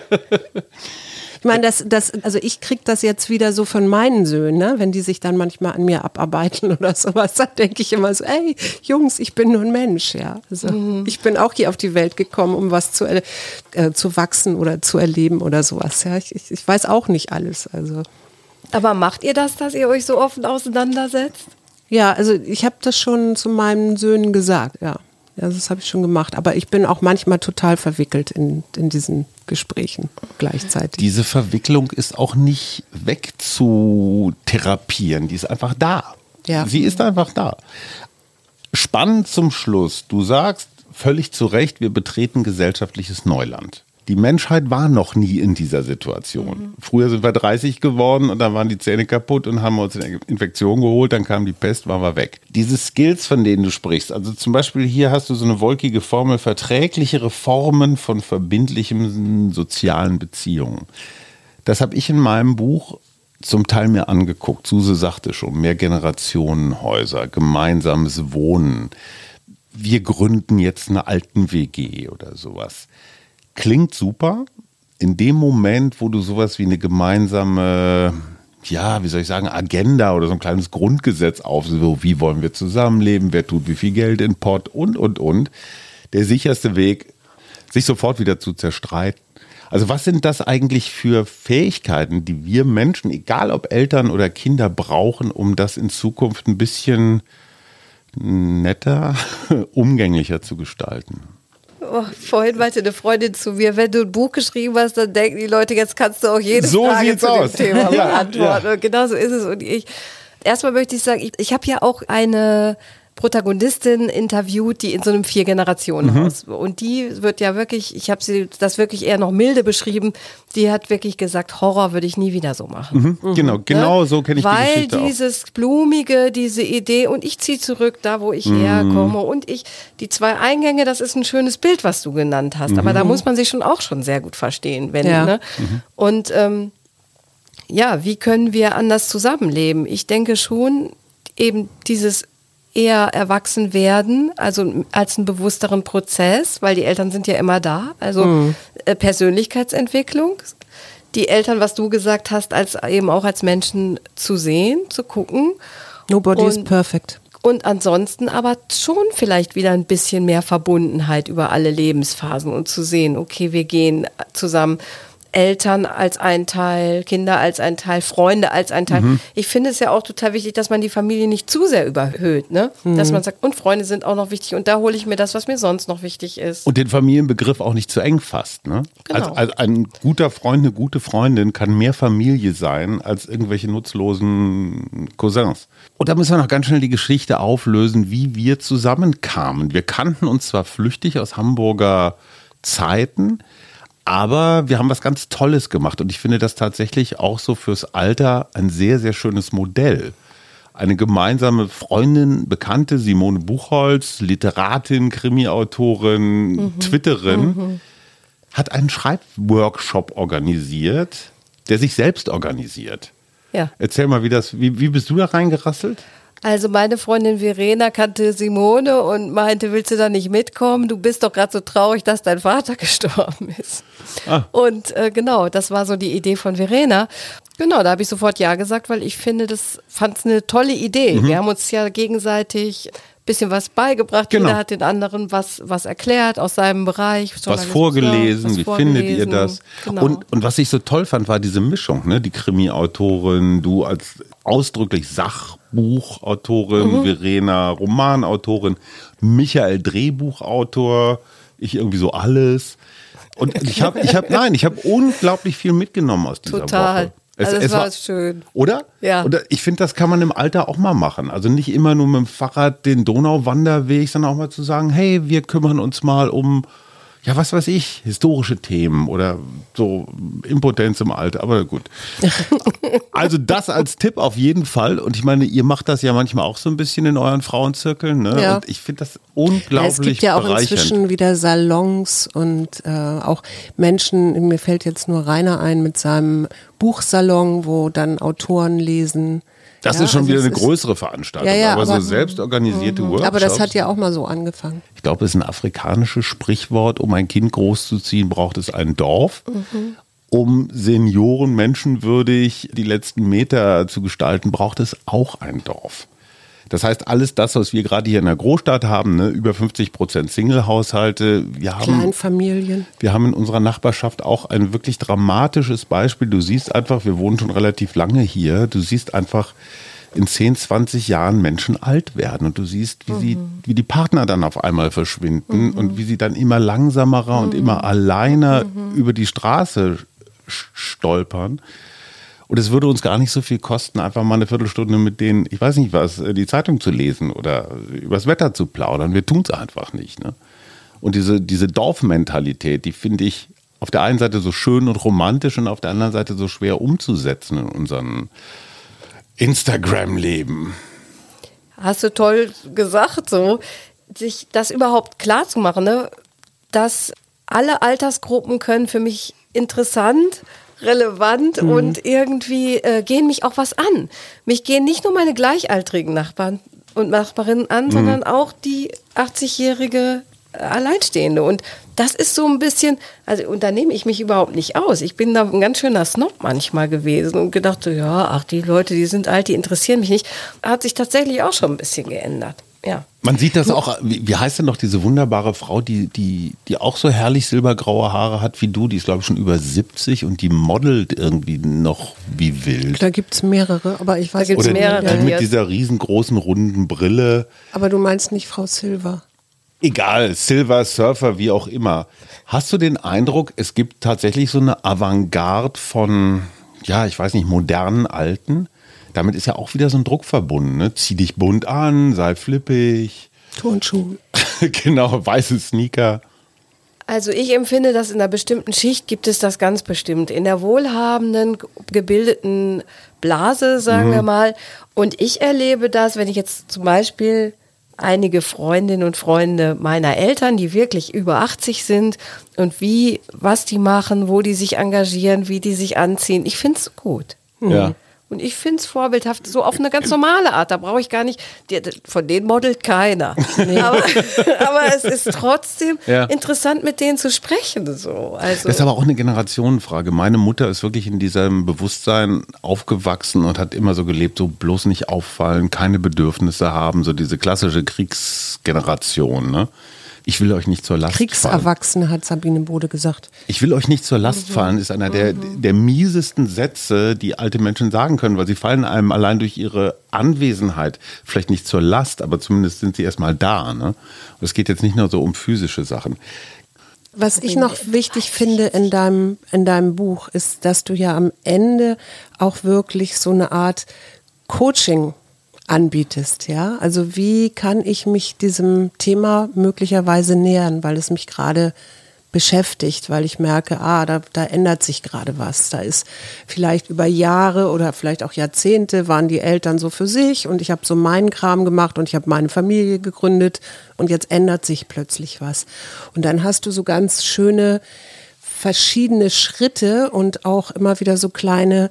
Ich meine, das, das, also ich kriege das jetzt wieder so von meinen Söhnen, ne? Wenn die sich dann manchmal an mir abarbeiten oder sowas, dann denke ich immer so, ey, Jungs, ich bin nur ein Mensch, ja. Also mhm. ich bin auch hier auf die Welt gekommen, um was zu, äh, zu wachsen oder zu erleben oder sowas. Ja, ich, ich, ich weiß auch nicht alles. Also. Aber macht ihr das, dass ihr euch so offen auseinandersetzt? Ja, also ich habe das schon zu meinen Söhnen gesagt, ja. Ja, das habe ich schon gemacht. Aber ich bin auch manchmal total verwickelt in, in diesen Gesprächen gleichzeitig. Diese Verwicklung ist auch nicht wegzutherapieren. Die ist einfach da. Ja. Sie ist einfach da. Spannend zum Schluss. Du sagst völlig zu Recht, wir betreten gesellschaftliches Neuland. Die Menschheit war noch nie in dieser Situation. Mhm. Früher sind wir dreißig geworden und dann waren die Zähne kaputt und haben uns eine Infektion geholt, dann kam die Pest, waren wir weg. Diese Skills, von denen du sprichst, also zum Beispiel hier hast du so eine wolkige Formel, verträglichere Formen von verbindlichen sozialen Beziehungen. Das habe ich in meinem Buch zum Teil mir angeguckt. Suse sagte schon, Mehrgenerationenhäuser, gemeinsames Wohnen. Wir gründen jetzt eine Alten-W G oder sowas. Klingt super. In dem Moment, wo du sowas wie eine gemeinsame, ja, wie soll ich sagen, Agenda oder so ein kleines Grundgesetz aufsetzt, so wie wollen wir zusammenleben, wer tut wie viel Geld in Pott und, und, und. Der sicherste Weg, sich sofort wieder zu zerstreiten. Also was sind das eigentlich für Fähigkeiten, die wir Menschen, egal ob Eltern oder Kinder, brauchen, um das in Zukunft ein bisschen netter, umgänglicher zu gestalten? Oh, vorhin meinte eine Freundin zu mir, wenn du ein Buch geschrieben hast, dann denken die Leute, jetzt kannst du auch jede so Frage zu aus. dem Thema ja, beantworten. ja. Und genau so ist es. Und ich, erstmal möchte ich sagen, ich, ich habe ja auch eine Protagonistin interviewt, die in so einem Vier-Generationen-Haus. Mhm. Und die wird ja wirklich, ich habe sie das wirklich eher noch milde beschrieben, die hat wirklich gesagt, Horror würde ich nie wieder so machen. Mhm. Mhm. Genau, genau ne? So kenne ich Weil die Geschichte Weil dieses auch. Blumige, diese Idee und ich ziehe zurück, da wo ich mhm. herkomme und ich, die zwei Eingänge, das ist ein schönes Bild, was du genannt hast, mhm. aber da muss man sich schon auch schon sehr gut verstehen. Wenn, ja. ne? mhm. Und ähm, ja, wie können wir anders zusammenleben? Ich denke schon, eben dieses eher erwachsen werden, also als einen bewussteren Prozess, weil die Eltern sind ja immer da, also mhm. äh, Persönlichkeitsentwicklung, die Eltern, was du gesagt hast, als eben auch als Menschen zu sehen, zu gucken. Nobody und, is perfect. Und ansonsten aber schon vielleicht wieder ein bisschen mehr Verbundenheit über alle Lebensphasen und zu sehen, okay, wir gehen zusammen, Eltern als ein Teil, Kinder als ein Teil, Freunde als ein Teil. Mhm. Ich finde es ja auch total wichtig, dass man die Familie nicht zu sehr überhöht, ne? Mhm. Dass man sagt, und Freunde sind auch noch wichtig und da hole ich mir das, was mir sonst noch wichtig ist. Und den Familienbegriff auch nicht zu eng fasst, ne? Genau. Also, also ein guter Freund, eine gute Freundin kann mehr Familie sein als irgendwelche nutzlosen Cousins. Und da müssen wir noch ganz schnell die Geschichte auflösen, wie wir zusammenkamen. Wir kannten uns zwar flüchtig aus Hamburger Zeiten, aber wir haben was ganz Tolles gemacht und ich finde das tatsächlich auch so fürs Alter ein sehr, sehr schönes Modell. Eine gemeinsame Freundin, Bekannte, Simone Buchholz, Literatin, Krimi-Autorin, mhm. Twitterin, mhm. hat einen Schreibworkshop organisiert, der sich selbst organisiert. Ja. Erzähl mal, wie, das, wie, wie bist du da reingerasselt? Also meine Freundin Verena kannte Simone und meinte, willst du da nicht mitkommen? Du bist doch gerade so traurig, dass dein Vater gestorben ist. Ah. Und äh, genau, das war so die Idee von Verena. Genau, da habe ich sofort ja gesagt, weil ich finde, das fand es eine tolle Idee. Mhm. Wir haben uns ja gegenseitig ein bisschen was beigebracht. Genau. Jeder hat den anderen was, was erklärt aus seinem Bereich. Was vorgelesen, was wie vorgelesen. Findet ihr das? Genau. Und, und was ich so toll fand, war diese Mischung, ne? Die Krimi-Autorin, du als ausdrücklich Sachbuchautorin, mhm. Verena Romanautorin, Michael Drehbuchautor, ich irgendwie so alles. Und ich habe, ich habe, nein, ich habe unglaublich viel mitgenommen aus dieser Total. Woche. Es, also es, es war war schön. Oder? Ja. Oder ich finde, das kann man im Alter auch mal machen. Also nicht immer nur mit dem Fahrrad den Donauwanderweg, sondern auch mal zu sagen, hey, wir kümmern uns mal um, ja, was weiß ich, historische Themen oder so Impotenz im Alter. Aber gut. Also das als Tipp auf jeden Fall. Und ich meine, ihr macht das ja manchmal auch so ein bisschen in euren Frauenzirkeln. Ne? Ja. Und ich finde das unglaublich bereichernd. Es gibt ja auch inzwischen wieder Salons und äh, auch Menschen, mir fällt jetzt nur Rainer ein mit seinem Buchsalon, wo dann Autoren lesen. Das ja, ist schon also wieder eine größere Veranstaltung, ja, ja, aber, aber so selbst organisierte m- Workshops. Aber das hat ja auch mal so angefangen. Ich glaube, es ist ein afrikanisches Sprichwort, um ein Kind großzuziehen, braucht es ein Dorf. Mhm. Um Senioren menschenwürdig die letzten Meter zu gestalten, braucht es auch ein Dorf. Das heißt, alles das, was wir gerade hier in der Großstadt haben, ne, über fünfzig Prozent Single-Haushalte, wir haben, Kleinfamilien. Wir haben in unserer Nachbarschaft auch ein wirklich dramatisches Beispiel. Du siehst einfach, wir wohnen schon relativ lange hier, du siehst einfach in zehn, zwanzig Jahren Menschen alt werden und du siehst, wie, mhm. sie, wie die Partner dann auf einmal verschwinden mhm. und wie sie dann immer langsamer mhm. und immer alleiner mhm. über die Straße stolpern. Und es würde uns gar nicht so viel kosten, einfach mal eine Viertelstunde mit denen, ich weiß nicht was, die Zeitung zu lesen oder übers Wetter zu plaudern. Wir tun es einfach nicht. Ne? Und diese, diese Dorfmentalität, die finde ich auf der einen Seite so schön und romantisch und auf der anderen Seite so schwer umzusetzen in unserem Instagram-Leben. Hast du toll gesagt, so, sich das überhaupt klar zu machen, ne? Dass alle Altersgruppen können für mich interessant, relevant mhm. und irgendwie äh, gehen mich auch was an. Mich gehen nicht nur meine gleichaltrigen Nachbarn und Nachbarinnen an, mhm. sondern auch die achtzigjährige Alleinstehende. Und das ist so ein bisschen, also und da nehme ich mich überhaupt nicht aus. Ich bin da ein ganz schöner Snob manchmal gewesen und gedacht, so, ja, ach, die Leute, die sind alt, die interessieren mich nicht. Hat sich tatsächlich auch schon ein bisschen geändert. Ja. Man sieht das auch, wie, wie heißt denn noch diese wunderbare Frau, die, die, die auch so herrlich silbergraue Haare hat wie du, die ist glaube ich schon über siebzig und die modelt irgendwie noch wie wild. Da gibt es mehrere, aber ich weiß nicht. Oder mehrere, die, die mit dieser riesengroßen runden Brille. Aber du meinst nicht Frau Silver? Egal, Silver, Surfer, wie auch immer. Hast du den Eindruck, es gibt tatsächlich so eine Avantgarde von, ja, ich weiß nicht, modernen Alten? Damit ist ja auch wieder so ein Druck verbunden. Ne? Zieh dich bunt an, sei flippig. Turnschuhe. Genau, weiße Sneaker. Also ich empfinde, dass in einer bestimmten Schicht gibt es das ganz bestimmt. In der wohlhabenden, gebildeten Blase, sagen mhm. wir mal. Und ich erlebe das, wenn ich jetzt zum Beispiel einige Freundinnen und Freunde meiner Eltern, die wirklich über achtzig sind und wie, was die machen, wo die sich engagieren, wie die sich anziehen. Ich finde es gut. Mhm. Ja. Und ich finde es vorbildhaft, so auf eine ganz normale Art. Da brauche ich gar nicht, die, von denen modelt keiner. Nee. Aber, aber es ist trotzdem ja. interessant, mit denen zu sprechen. So. Also. Das ist aber auch eine Generationenfrage. Meine Mutter ist wirklich in diesem Bewusstsein aufgewachsen und hat immer so gelebt, so bloß nicht auffallen, keine Bedürfnisse haben, so diese klassische Kriegsgeneration, ne? Ich will euch nicht zur Last fallen. Kriegserwachsene, hat Sabine Bode gesagt. Ich will euch nicht zur Last fallen, ist einer der, der miesesten Sätze, die alte Menschen sagen können, weil sie fallen einem allein durch ihre Anwesenheit vielleicht nicht zur Last, aber zumindest sind sie erstmal da. Ne? Und es geht jetzt nicht nur so um physische Sachen. Was ich noch wichtig finde in deinem, in deinem Buch, ist, dass du ja am Ende auch wirklich so eine Art Coaching anbietest, ja? Also wie kann ich mich diesem Thema möglicherweise nähern, weil es mich gerade beschäftigt, weil ich merke, ah, da, da ändert sich gerade was. Da ist vielleicht über Jahre oder vielleicht auch Jahrzehnte waren die Eltern so für sich und ich habe so meinen Kram gemacht und ich habe meine Familie gegründet und jetzt ändert sich plötzlich was. Und dann hast du so ganz schöne verschiedene Schritte und auch immer wieder so kleine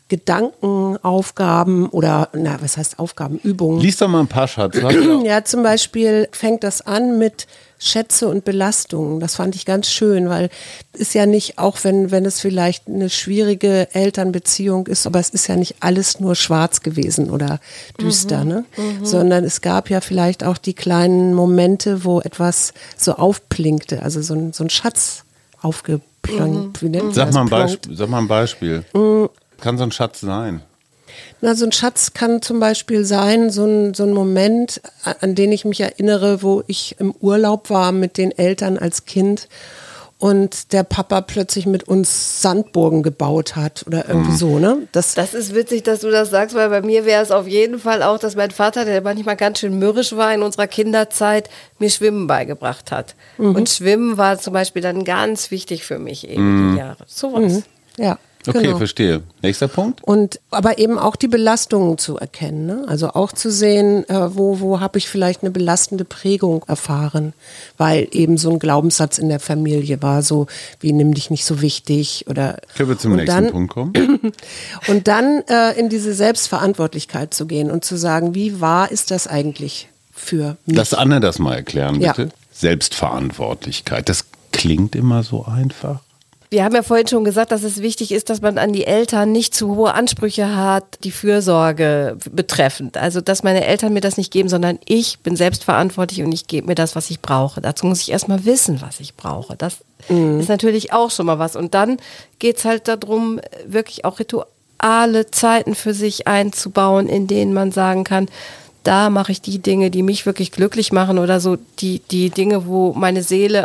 Gedankenaufgaben oder, na, was heißt Aufgaben, Übungen. Lies doch mal ein paar, Schatz. Ja, zum Beispiel fängt das an mit Schätze und Belastungen. Das fand ich ganz schön, weil ist ja nicht, auch wenn, wenn es vielleicht eine schwierige Elternbeziehung ist, aber es ist ja nicht alles nur schwarz gewesen oder düster, mhm, ne? Mhm. Sondern es gab ja vielleicht auch die kleinen Momente, wo etwas so aufblinkte, also so ein, so ein Schatz aufgeplonkt. Mhm. Sag, mal ein Beispiel, sag mal ein Beispiel. Mhm. Kann so ein Schatz sein? Na, so ein Schatz kann zum Beispiel sein, so ein, so ein Moment, an den ich mich erinnere, wo ich im Urlaub war mit den Eltern als Kind und der Papa plötzlich mit uns Sandburgen gebaut hat oder irgendwie mhm. so, ne? Das, das ist witzig, dass du das sagst, weil bei mir wäre es auf jeden Fall auch, dass mein Vater, der manchmal ganz schön mürrisch war in unserer Kinderzeit, mir Schwimmen beigebracht hat. Mhm. Und Schwimmen war zum Beispiel dann ganz wichtig für mich eben mhm. die Jahre. So was. Mhm. Ja. Okay, genau. Verstehe. Nächster Punkt. Und aber eben auch die Belastungen zu erkennen, ne? Also auch zu sehen, äh, wo wo habe ich vielleicht eine belastende Prägung erfahren, weil eben so ein Glaubenssatz in der Familie war, so wie nimm dich nicht so wichtig oder. Können wir zum nächsten dann, Punkt kommen? Und dann äh, in diese Selbstverantwortlichkeit zu gehen und zu sagen, wie wahr ist das eigentlich für mich? Lass Anne das mal erklären, bitte. Ja. Selbstverantwortlichkeit. Das klingt immer so einfach. Wir haben ja vorhin schon gesagt, dass es wichtig ist, dass man an die Eltern nicht zu hohe Ansprüche hat, die Fürsorge betreffend. Also, dass meine Eltern mir das nicht geben, sondern ich bin selbstverantwortlich und ich gebe mir das, was ich brauche. Dazu muss ich erstmal wissen, was ich brauche. Das mhm. ist natürlich auch schon mal was. Und dann geht es halt darum, wirklich auch Rituale, Zeiten für sich einzubauen, in denen man sagen kann, da mache ich die Dinge, die mich wirklich glücklich machen oder so die, die Dinge, wo meine Seele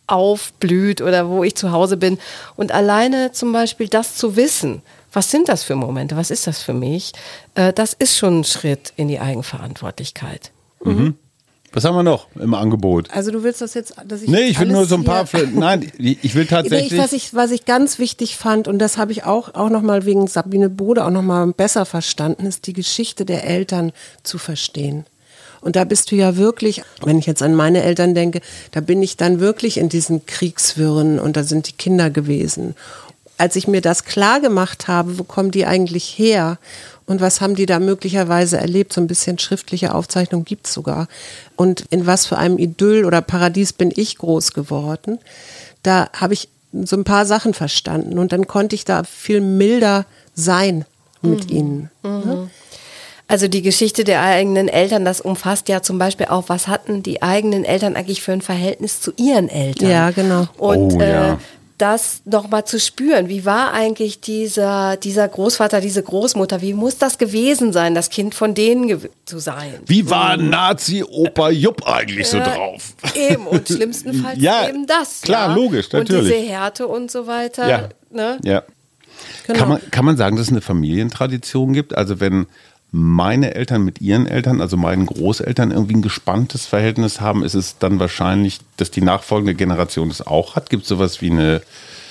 aufblüht oder wo ich zu Hause bin. Und alleine zum Beispiel das zu wissen, was sind das für Momente, was ist das für mich, äh, das ist schon ein Schritt in die Eigenverantwortlichkeit. Mhm. Was haben wir noch im Angebot? Also du willst das jetzt, dass ich Nee, ich will nur so ein paar, hier nein, ich will tatsächlich. Ich, was, ich, was ich ganz wichtig fand, und das habe ich auch, auch nochmal wegen Sabine Bode auch nochmal besser verstanden, ist die Geschichte der Eltern zu verstehen. Und da bist du ja wirklich, wenn ich jetzt an meine Eltern denke, da bin ich dann wirklich in diesen Kriegswirren und da sind die Kinder gewesen. Als ich mir das klar gemacht habe, wo kommen die eigentlich her und was haben die da möglicherweise erlebt, so ein bisschen schriftliche Aufzeichnung gibt es sogar. Und in was für einem Idyll oder Paradies bin ich groß geworden, da habe ich so ein paar Sachen verstanden und dann konnte ich da viel milder sein mit mhm. ihnen. Mhm. Ja? Also die Geschichte der eigenen Eltern, das umfasst ja zum Beispiel auch, was hatten die eigenen Eltern eigentlich für ein Verhältnis zu ihren Eltern? Ja, genau. Und oh, ja. äh, das nochmal zu spüren, wie war eigentlich dieser, dieser Großvater, diese Großmutter, wie muss das gewesen sein, das Kind von denen gew- zu sein? Wie war Nazi-Opa Jupp eigentlich so äh, drauf? Eben, und schlimmstenfalls ja, eben das. Klar, ja? logisch, natürlich. Und diese Härte und so weiter. Ja, Ne? ja. Genau. Kann man, kann man sagen, dass es eine Familientradition gibt? Also wenn meine Eltern mit ihren Eltern, also meinen Großeltern, irgendwie ein gespanntes Verhältnis haben, ist es dann wahrscheinlich, dass die nachfolgende Generation das auch hat? Gibt es sowas wie eine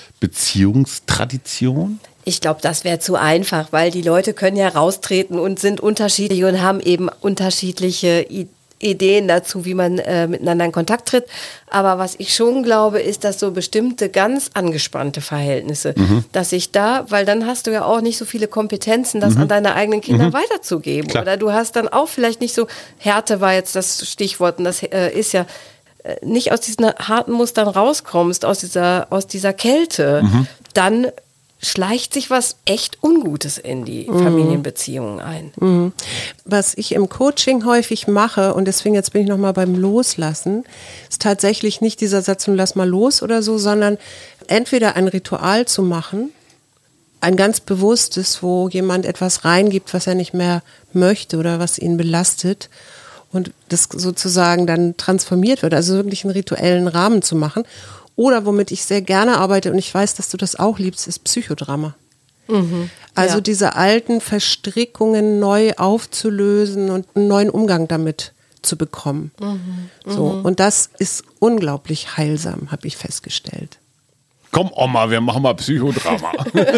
Beziehungstradition? Ich glaube, das wäre zu einfach, weil die Leute können ja raustreten und sind unterschiedlich und haben eben unterschiedliche I- Ideen dazu, wie man äh, miteinander in Kontakt tritt. Aber was ich schon glaube, ist, dass so bestimmte ganz angespannte Verhältnisse, mhm. dass ich da, weil dann hast du ja auch nicht so viele Kompetenzen, das mhm. an deine eigenen Kinder mhm. weiterzugeben. Klar. Oder du hast dann auch vielleicht nicht so, Härte war jetzt das Stichwort und das äh, ist ja äh, nicht aus diesen harten Mustern rauskommst, aus dieser, aus dieser Kälte, mhm. dann schleicht sich was echt Ungutes in die mhm. Familienbeziehungen ein. Mhm. Was ich im Coaching häufig mache, und deswegen jetzt bin ich nochmal beim Loslassen, ist tatsächlich nicht dieser Satz, nun lass mal los oder so, sondern entweder ein Ritual zu machen, ein ganz bewusstes, wo jemand etwas reingibt, was er nicht mehr möchte oder was ihn belastet und das sozusagen dann transformiert wird, also wirklich einen rituellen Rahmen zu machen. Oder womit ich sehr gerne arbeite, und ich weiß, dass du das auch liebst, ist Psychodrama. Mhm, also ja. diese alten Verstrickungen neu aufzulösen und einen neuen Umgang damit zu bekommen. Mhm, so. Und das ist unglaublich heilsam, habe ich festgestellt. Komm Oma, wir machen mal Psychodrama.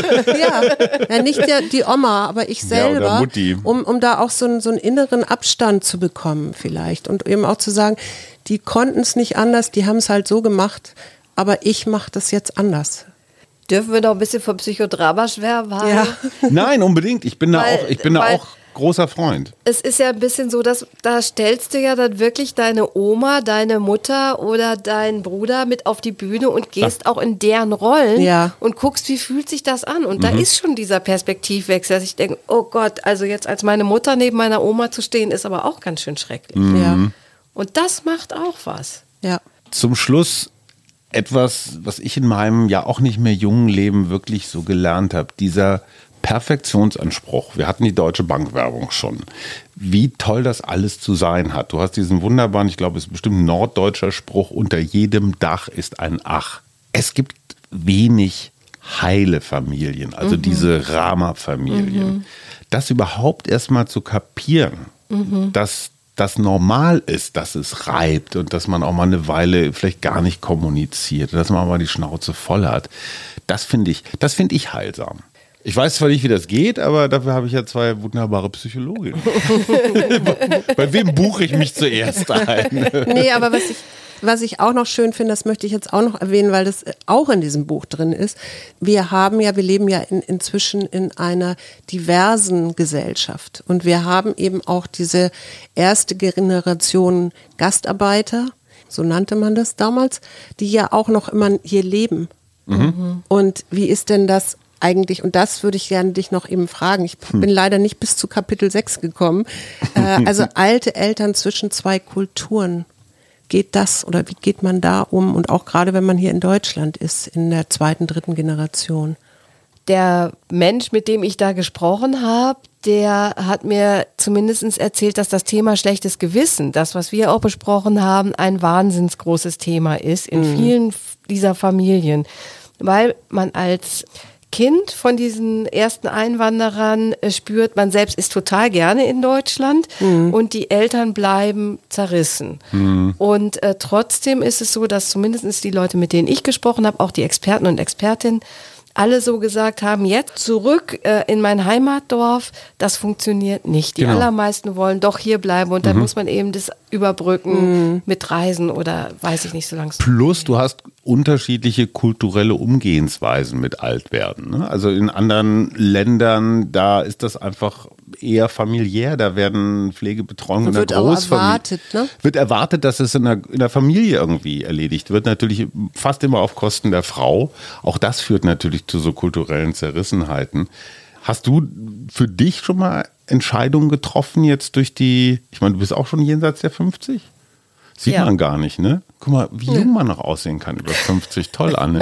ja, ja, nicht der, die Oma, aber ich selber, ja, Mutti. Um, um da auch so einen, so einen inneren Abstand zu bekommen vielleicht. Und eben auch zu sagen, die konnten es nicht anders, die haben es halt so gemacht, aber ich mache das jetzt anders. Dürfen wir noch ein bisschen vom Psychodrama schwärmen? Ja. Nein, unbedingt. Ich bin weil, da auch, ich bin da auch großer Freund. Es ist ja ein bisschen so, dass da stellst du ja dann wirklich deine Oma, deine Mutter oder deinen Bruder mit auf die Bühne und gehst Ach. auch in deren Rollen ja. und guckst, wie fühlt sich das an. Und mhm. da ist schon dieser Perspektivwechsel, dass ich denke, oh Gott, also jetzt als meine Mutter neben meiner Oma zu stehen, ist aber auch ganz schön schrecklich. Mhm. Ja. Und das macht auch was. Ja. Zum Schluss etwas, was ich in meinem ja auch nicht mehr jungen Leben wirklich so gelernt habe. Dieser Perfektionsanspruch. Wir hatten die Deutsche Bank-Werbung schon. Wie toll das alles zu sein hat. Du hast diesen wunderbaren, ich glaube, es ist bestimmt ein norddeutscher Spruch, unter jedem Dach ist ein Ach. Es gibt wenig heile Familien, also mhm. diese Rama-Familien. Mhm. Das überhaupt erstmal zu kapieren, mhm. dass das normal ist, dass es reibt und dass man auch mal eine Weile vielleicht gar nicht kommuniziert, dass man mal die Schnauze voll hat. Das finde ich, das finde ich heilsam. Ich weiß zwar nicht, wie das geht, aber dafür habe ich ja zwei wunderbare Psychologinnen. Bei wem buche ich mich zuerst ein? Nee, aber was ich, was ich auch noch schön finde, das möchte ich jetzt auch noch erwähnen, weil das auch in diesem Buch drin ist. Wir haben ja, wir leben ja in, inzwischen in einer diversen Gesellschaft. Und wir haben eben auch diese erste Generation Gastarbeiter, so nannte man das damals, die ja auch noch immer hier leben. Mhm. Und wie ist denn das eigentlich, und das würde ich gerne dich noch eben fragen, ich bin leider nicht bis zu Kapitel sechs gekommen, äh, also alte Eltern zwischen zwei Kulturen, geht das oder wie geht man da um und auch gerade wenn man hier in Deutschland ist, in der zweiten, dritten Generation? der Mensch, mit dem ich da gesprochen habe, der hat mir zumindest erzählt, dass das Thema schlechtes Gewissen, das, was wir auch besprochen haben, ein wahnsinns großes Thema ist in mhm. vielen dieser Familien. Weil man als Kind von diesen ersten Einwanderern spürt, man selbst ist total gerne in Deutschland mhm. und die Eltern bleiben zerrissen. Mhm. Und äh, trotzdem ist es so, dass zumindest die Leute, mit denen ich gesprochen habe, auch die Experten und Expertinnen, alle so gesagt haben, jetzt zurück äh, in mein Heimatdorf, das funktioniert nicht. Die genau. allermeisten wollen doch hier bleiben und dann mhm. muss man eben das überbrücken mhm. mit Reisen oder weiß ich nicht, so lange. Plus du hast unterschiedliche kulturelle Umgehensweisen mit Altwerden. Ne? Also in anderen Ländern, da ist das einfach eher familiär, da werden Pflegebetreuung in der Großfamilie. Erwartet, ne? Wird erwartet, dass es in der, in der Familie irgendwie erledigt wird, natürlich fast immer auf Kosten der Frau. Auch das führt natürlich zu so kulturellen Zerrissenheiten. Hast du für dich schon mal Entscheidungen getroffen jetzt durch die, ich meine, du bist auch schon jenseits der fünfzig? Sieht ja. man gar nicht, ne? Guck mal, wie jung man noch aussehen kann über fünfzig. Toll, Anne.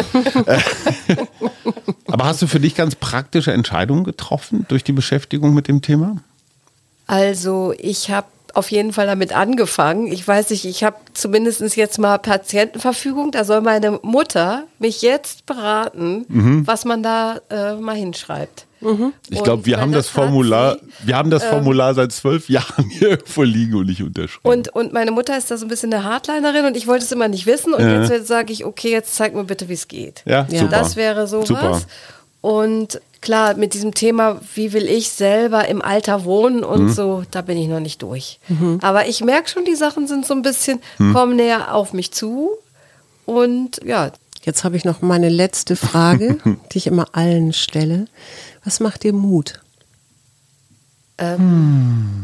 Aber hast du für dich ganz praktische Entscheidungen getroffen durch die Beschäftigung mit dem Thema? Also ich habe auf jeden Fall damit angefangen. Ich weiß nicht, ich habe zumindest jetzt mal Patientenverfügung. Da soll meine Mutter mich jetzt beraten, mhm. was man da äh, mal hinschreibt. Mhm. Ich glaube, wir haben das, das Formular, sie, wir haben das Formular ähm, seit zwölf Jahren hier irgendwo liegen und nicht unterschrieben. Und, und meine Mutter ist da so ein bisschen eine Hardlinerin und ich wollte es immer nicht wissen. Und ja. jetzt sage ich, okay, jetzt zeig mir bitte, wie es geht. Ja, ja. Super. Das wäre sowas. Super. Und klar, mit diesem Thema, wie will ich selber im Alter wohnen und mhm. so, da bin ich noch nicht durch. Mhm. Aber ich merke schon, die Sachen sind so ein bisschen, mhm. kommen näher auf mich zu. Und ja. Jetzt habe ich noch meine letzte Frage, die ich immer allen stelle. Was macht dir Mut? Ähm.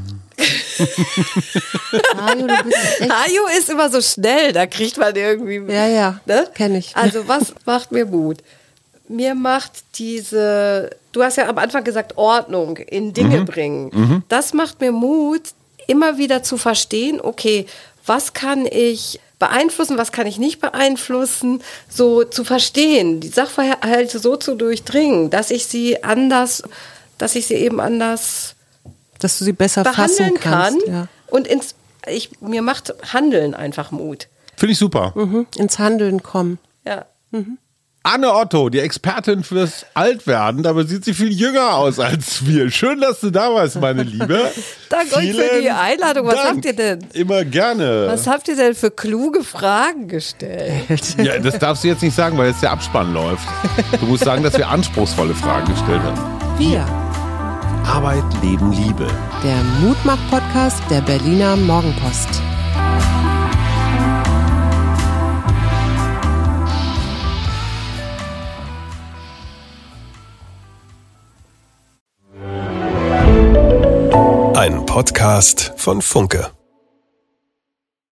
Hajo, du bist echt Hajo ist immer so schnell, da kriegt man irgendwie. Ja, ja, ne? Kenne ich. Also was macht mir Mut? Mir macht diese, du hast ja am Anfang gesagt, Ordnung in Dinge mhm. bringen. Mhm. Das macht mir Mut, immer wieder zu verstehen, okay, was kann ich beeinflussen, was kann ich nicht beeinflussen, so zu verstehen, die Sachverhalte so zu durchdringen, dass ich sie anders, dass ich sie eben anders dass du sie besser fassen kannst, kann ja. und ins, ich, mir macht Handeln einfach Mut. Finde ich super. Mhm. Ins Handeln kommen. Ja. Mhm. Anne Otto, die Expertin fürs Altwerden, dabei sieht sie viel jünger aus als wir. Schön, dass du da warst, meine Liebe. Danke euch für die Einladung. Was Dank. habt ihr denn? Immer gerne. Was habt ihr denn für kluge Fragen gestellt? Ja, das darfst du jetzt nicht sagen, weil jetzt der Abspann läuft. Du musst sagen, dass wir anspruchsvolle Fragen gestellt haben. Wir. Arbeit, Leben, Liebe. Der Mutmach-Podcast der Berliner Morgenpost. Ein Podcast von Funke.